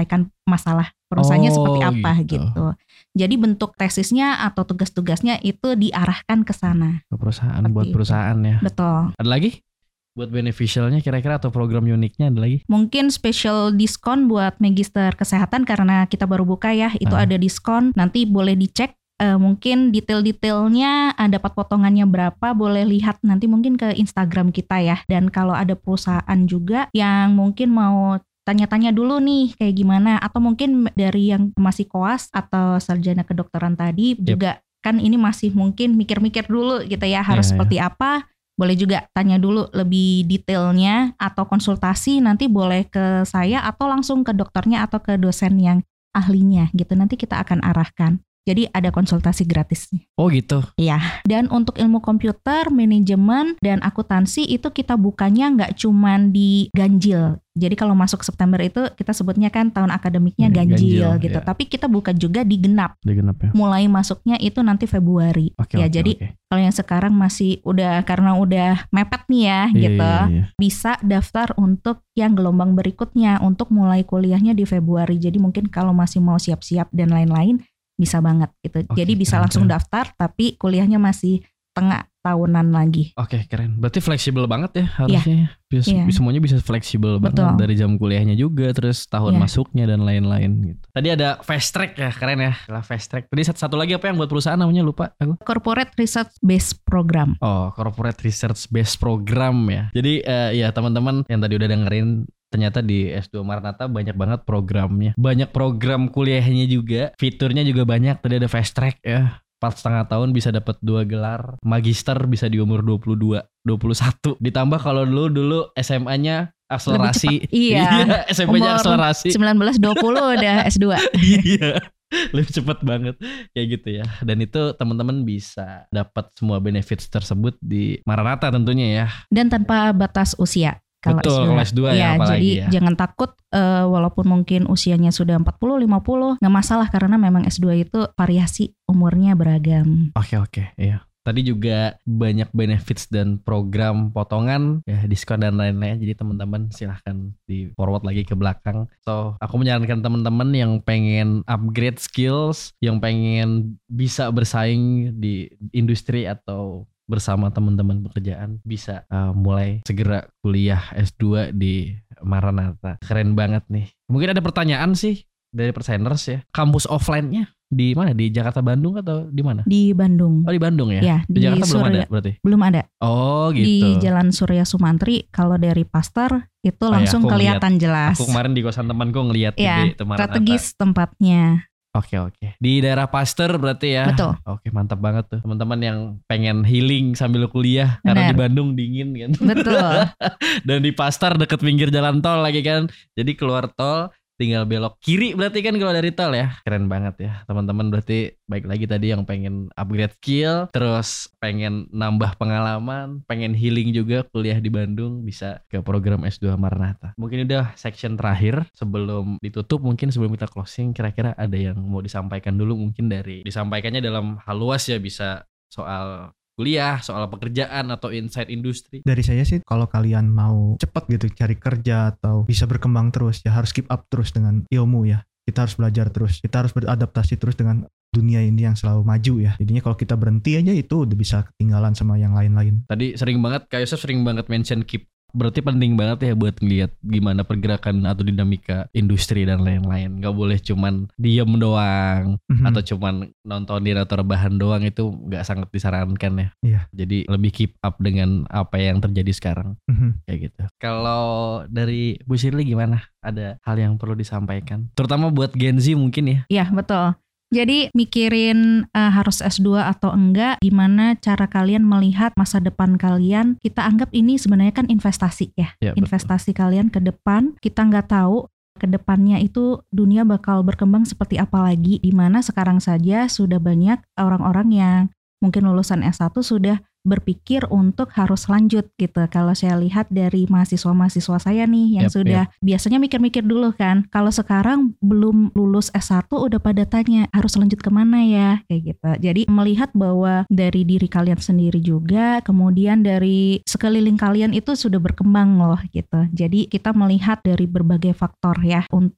Speaker 3: masalah perusahaannya seperti
Speaker 2: Oh,
Speaker 3: apa
Speaker 2: gitu.
Speaker 3: gitu. Jadi bentuk tesisnya atau tugas-tugasnya itu diarahkan ke sana.
Speaker 2: Ke perusahaan,
Speaker 3: Seperti
Speaker 2: buat
Speaker 3: itu.
Speaker 2: perusahaan ya.
Speaker 3: Betul.
Speaker 2: Ada lagi? Buat beneficialnya kira-kira atau program uniknya ada lagi?
Speaker 3: Mungkin special diskon buat magister kesehatan karena kita baru buka ya, itu ada diskon. Nanti boleh dicek mungkin detail-detailnya, dapat potongannya berapa, boleh lihat nanti mungkin ke Instagram kita ya. Dan kalau ada perusahaan juga yang mungkin mau tanya-tanya dulu nih kayak gimana, atau mungkin dari yang masih koas atau sarjana kedokteran tadi juga kan ini masih mungkin mikir-mikir dulu gitu ya, harus seperti apa. Boleh juga tanya dulu lebih detailnya atau konsultasi nanti boleh ke saya atau langsung ke dokternya atau ke dosen yang ahlinya gitu. Nanti kita akan arahkan. Jadi ada konsultasi gratisnya.
Speaker 2: Oh gitu.
Speaker 3: Iya. Dan untuk ilmu komputer, manajemen, dan akuntansi itu kita bukanya nggak cuman di ganjil. Jadi kalau masuk September itu kita sebutnya kan tahun akademiknya ganjil gitu.
Speaker 2: Ya.
Speaker 3: Tapi kita buka juga di genap.
Speaker 2: Di genap ya.
Speaker 3: Mulai masuknya itu nanti Februari. Jadi kalau yang sekarang masih karena udah mepet nih ya gitu.
Speaker 2: Iya.
Speaker 3: Bisa daftar untuk yang gelombang berikutnya untuk mulai kuliahnya di Februari. Jadi mungkin kalau masih mau siap-siap dan lain-lain bisa banget gitu. Jadi bisa langsung daftar tapi kuliahnya masih tengah tahunan lagi.
Speaker 2: Oke, keren. Berarti fleksibel banget ya harusnya. Semuanya bisa fleksibel banget dari jam kuliahnya juga, terus tahun masuknya dan lain-lain gitu. Tadi ada fast track ya, keren ya. Fast track. Tadi satu lagi apa yang buat perusahaan namanya lupa aku.
Speaker 3: Corporate Research Based Program.
Speaker 2: Oh, Corporate Research Based Program ya. Jadi ya teman-teman yang tadi udah dengerin, ternyata di S2 Maranatha banyak banget programnya. Banyak program kuliahnya juga. Fiturnya juga banyak. Tadi ada fast track ya. 4,5 tahun bisa dapat 2 gelar. Magister bisa di umur 22, 21. Ditambah kalau dulu SMA-nya akselerasi.
Speaker 3: Iya.
Speaker 2: SMP-nya akselerasi.
Speaker 3: 19-20 udah S2.
Speaker 2: Iya. Lebih cepat banget kayak gitu ya. Dan itu teman-teman bisa dapat semua benefits tersebut di Maranatha tentunya ya.
Speaker 3: Dan tanpa batas usia.
Speaker 2: Betul, kalau S2 ya apalagi
Speaker 3: jadi
Speaker 2: ya.
Speaker 3: jangan takut walaupun mungkin usianya sudah 40, 50, nggak masalah karena memang S2 itu variasi umurnya beragam.
Speaker 2: Oke, iya. Tadi juga banyak benefits dan program potongan, ya diskon dan lain-lain. Jadi teman-teman silahkan di forward lagi ke belakang. So, aku menyarankan teman-teman yang pengen upgrade skills, yang pengen bisa bersaing di industri atau bersama teman-teman pekerjaan bisa mulai segera kuliah S2 di Maranatha. Keren banget nih. Mungkin ada pertanyaan sih dari Perseners ya. Kampus offline-nya di mana? Di Jakarta, Bandung atau di mana?
Speaker 3: Di Bandung.
Speaker 2: Oh, di Bandung ya?
Speaker 3: Ya,
Speaker 2: di Jakarta belum ada berarti?
Speaker 3: Belum ada.
Speaker 2: Oh gitu.
Speaker 3: Di Jalan Surya Sumantri, kalau dari Pasteur itu langsung kelihatan jelas.
Speaker 2: Aku kemarin di kosan temanku ngeliat
Speaker 3: ya,
Speaker 2: di Maranatha.
Speaker 3: Strategis tempatnya.
Speaker 2: Oke. Di daerah Pasteur berarti ya?
Speaker 3: Betul.
Speaker 2: Oke, mantap banget tuh. Teman-teman yang pengen healing sambil kuliah. Karena di Bandung dingin kan.
Speaker 3: Betul.
Speaker 2: Dan di Pasteur deket pinggir jalan tol lagi kan. Jadi keluar tol tinggal belok kiri berarti kan kalau dari tol ya. Keren banget ya teman-teman. Berarti baik lagi tadi yang pengen upgrade skill, terus pengen nambah pengalaman, pengen healing juga kuliah di Bandung, bisa ke program S2 Maranatha. Mungkin udah section terakhir sebelum ditutup, mungkin sebelum kita closing, kira-kira ada yang mau disampaikan dulu, mungkin dari disampaikannya dalam hal luas ya, bisa soal kuliah, soal pekerjaan atau insight industri.
Speaker 4: Dari saya sih kalau kalian mau cepat gitu cari kerja atau bisa berkembang terus, ya harus keep up terus dengan ilmu ya. Kita harus belajar terus, kita harus beradaptasi terus dengan dunia ini yang selalu maju ya. Jadinya kalau kita berhenti aja itu udah bisa ketinggalan sama yang lain-lain.
Speaker 2: Tadi sering banget Kak Yosef sering banget mention keep. Berarti penting banget ya buat ngeliat gimana pergerakan atau dinamika industri dan lain-lain. Gak boleh cuman diem doang atau cuman nontonin atau rebahan doang, itu gak sangat disarankan ya.
Speaker 4: Iya.
Speaker 2: Jadi lebih keep up dengan apa yang terjadi sekarang. Kayak gitu. Kalau dari Bu Shirley gimana? Ada hal yang perlu disampaikan? Terutama buat Gen Z mungkin ya?
Speaker 3: Iya, betul. Jadi mikirin harus S2 atau enggak, gimana cara kalian melihat masa depan kalian. Kita anggap ini sebenarnya kan investasi ya. Investasi betul. Kalian ke depan, kita nggak tahu ke depannya itu dunia bakal berkembang seperti apa lagi. Dimana sekarang saja sudah banyak orang-orang yang mungkin lulusan S1 sudah berpikir untuk harus lanjut gitu. Kalau saya lihat dari mahasiswa-mahasiswa saya nih yang sudah biasanya mikir-mikir dulu kan. Kalau sekarang belum lulus S1 udah pada tanya harus lanjut kemana ya kayak gitu. Jadi melihat bahwa dari diri kalian sendiri juga, kemudian dari sekeliling kalian itu sudah berkembang loh gitu. Jadi kita melihat dari berbagai faktor ya untuk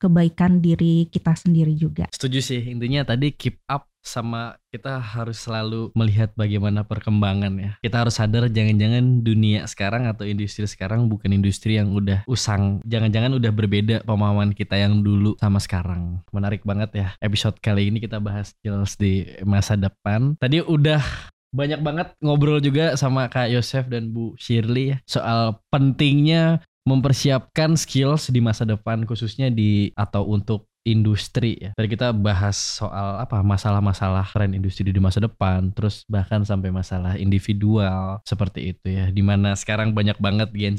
Speaker 3: kebaikan diri kita sendiri juga.
Speaker 2: Setuju sih, intinya tadi keep up sama kita harus selalu melihat bagaimana perkembangan ya. Kita harus sadar jangan-jangan dunia sekarang atau industri sekarang bukan industri yang udah usang. Jangan-jangan udah berbeda pemahaman kita yang dulu sama sekarang. Menarik banget ya. Episode kali ini kita bahas skills di masa depan. Tadi udah banyak banget ngobrol juga sama Kak Yosef dan Bu Shirley ya, soal pentingnya mempersiapkan skills di masa depan khususnya di atau untuk industri ya. Tadi kita bahas soal masalah-masalah tren industri di masa depan, terus bahkan sampai masalah individual seperti itu ya. Dimana sekarang banyak banget Gen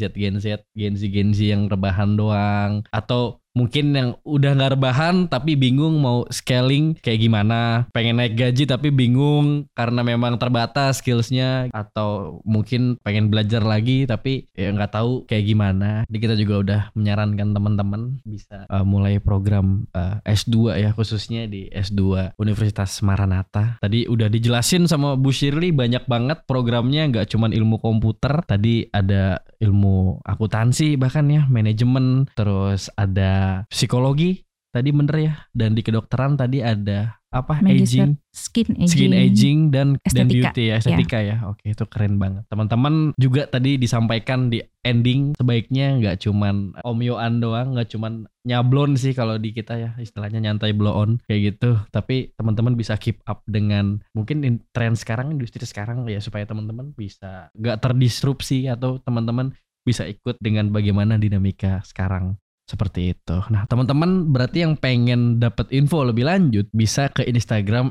Speaker 2: Z yang rebahan doang, atau mungkin yang udah gak rebahan tapi bingung mau scaling kayak gimana, pengen naik gaji tapi bingung karena memang terbatas skillsnya, atau mungkin pengen belajar lagi tapi ya gak tahu kayak gimana. Jadi kita juga udah menyarankan teman-teman bisa mulai program S2 ya, khususnya di S2 Universitas Maranatha. Tadi udah dijelasin sama Bu Shirley banyak banget programnya, gak cuman ilmu komputer, tadi ada ilmu akuntansi bahkan ya, manajemen, terus ada psikologi tadi bener ya, dan di kedokteran tadi ada
Speaker 3: Medicine,
Speaker 2: skin aging dan beauty ya, estetika
Speaker 3: ya.
Speaker 2: Oke, itu keren banget. Teman-teman juga tadi disampaikan di ending sebaiknya nggak cuman omyoan doang, nggak cuman nyablon sih kalau di kita ya, istilahnya nyantai blow on kayak gitu. Tapi teman-teman bisa keep up dengan mungkin tren sekarang, industri sekarang ya, supaya teman-teman bisa nggak terdisrupsi atau teman-teman bisa ikut dengan bagaimana dinamika sekarang. Seperti itu. Nah, teman-teman berarti yang pengen dapat info lebih lanjut bisa ke Instagram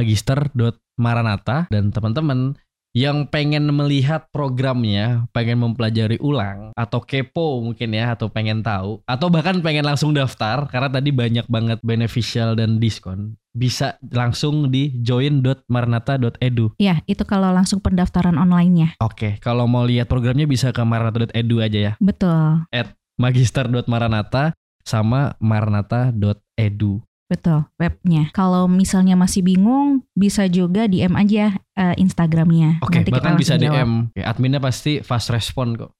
Speaker 2: @magister.maranatha, dan teman-teman yang pengen melihat programnya, pengen mempelajari ulang atau kepo mungkin ya, atau pengen tahu atau bahkan pengen langsung daftar karena tadi banyak banget beneficial dan diskon, bisa langsung di join.maranatha.edu.
Speaker 3: Ya, itu kalau langsung pendaftaran online-nya.
Speaker 2: Oke, kalau mau lihat programnya bisa ke maranatha.edu aja ya.
Speaker 3: Betul.
Speaker 2: Magister.maranatha sama maranatha.edu.
Speaker 3: Betul, webnya. Kalau misalnya masih bingung, bisa juga DM aja Instagramnya.
Speaker 2: Oke, bahkan bisa
Speaker 3: jawab.
Speaker 2: DM. Ya, adminnya pasti fast respon kok.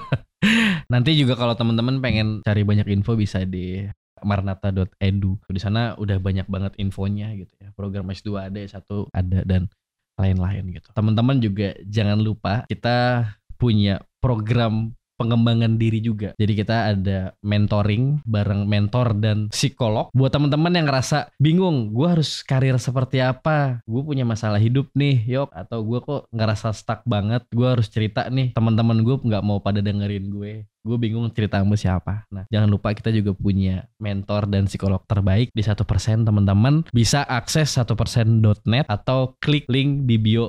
Speaker 2: Nanti juga kalau teman-teman pengen cari banyak info bisa di maranatha.edu. Di sana udah banyak banget infonya gitu ya. Program S2 ada, S1 ada, dan lain-lain gitu. Teman-teman juga jangan lupa kita punya program pengembangan diri juga. Jadi kita ada mentoring bareng mentor dan psikolog. Buat teman-teman yang ngerasa bingung, gue harus karir seperti apa? Gue punya masalah hidup nih, atau gue kok ngerasa stuck banget. Gue harus cerita nih, teman-teman gue nggak mau pada dengerin gue. Gue bingung cerita sama siapa. Nah, jangan lupa kita juga punya mentor dan psikolog terbaik di 1%. Teman-teman bisa akses 1%.net atau klik link di bio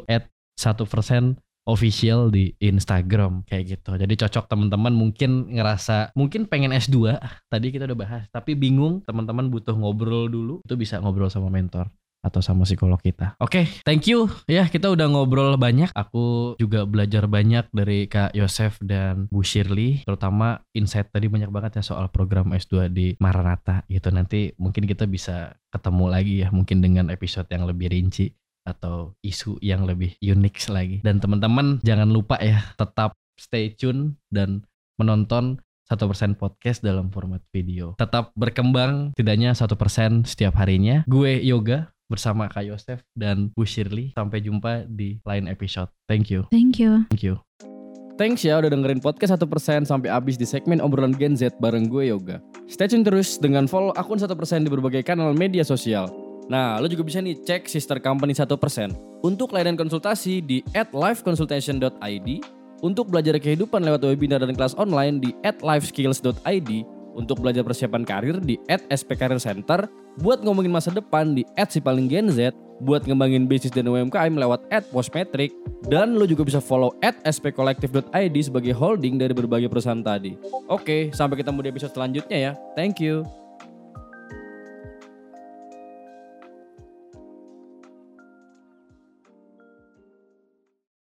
Speaker 2: @1% official di Instagram kayak gitu. Jadi cocok teman-teman mungkin ngerasa mungkin pengen S2, tadi kita udah bahas, tapi bingung, teman-teman butuh ngobrol dulu, itu bisa ngobrol sama mentor atau sama psikolog kita. Oke, thank you ya, kita udah ngobrol banyak. Aku juga belajar banyak dari Kak Yosef dan Bu Shirley, terutama insight tadi banyak banget ya soal program S2 di Maranatha gitu. Nanti mungkin kita bisa ketemu lagi ya, mungkin dengan episode yang lebih rinci atau isu yang lebih unik lagi. Dan teman-teman jangan lupa ya, tetap stay tune dan menonton 1% podcast dalam format video. Tetap berkembang tidaknya 1% setiap harinya. Gue Yoga bersama Kak Yosef dan Bu Shirley. Sampai jumpa di lain episode. Thank you.
Speaker 3: Thank you.
Speaker 2: Thank you. Thanks ya udah dengerin podcast 1% sampai habis di segmen obrolan Gen Z bareng gue Yoga. Stay tune terus dengan follow akun 1% di berbagai kanal media sosial. Nah, lo juga bisa nih cek sister company 1%. Untuk layanan konsultasi di @liveconsultation.id, untuk belajar kehidupan lewat webinar dan kelas online di @liveskills.id, untuk belajar persiapan karir di @spcareercenter, buat ngomongin masa depan di @sipalinggenz, buat ngembangin bisnis dan UMKM lewat @postmetric, dan lo juga bisa follow @spcollective.id sebagai holding dari berbagai perusahaan tadi. Oke, sampai ketemu di episode selanjutnya ya. Thank you.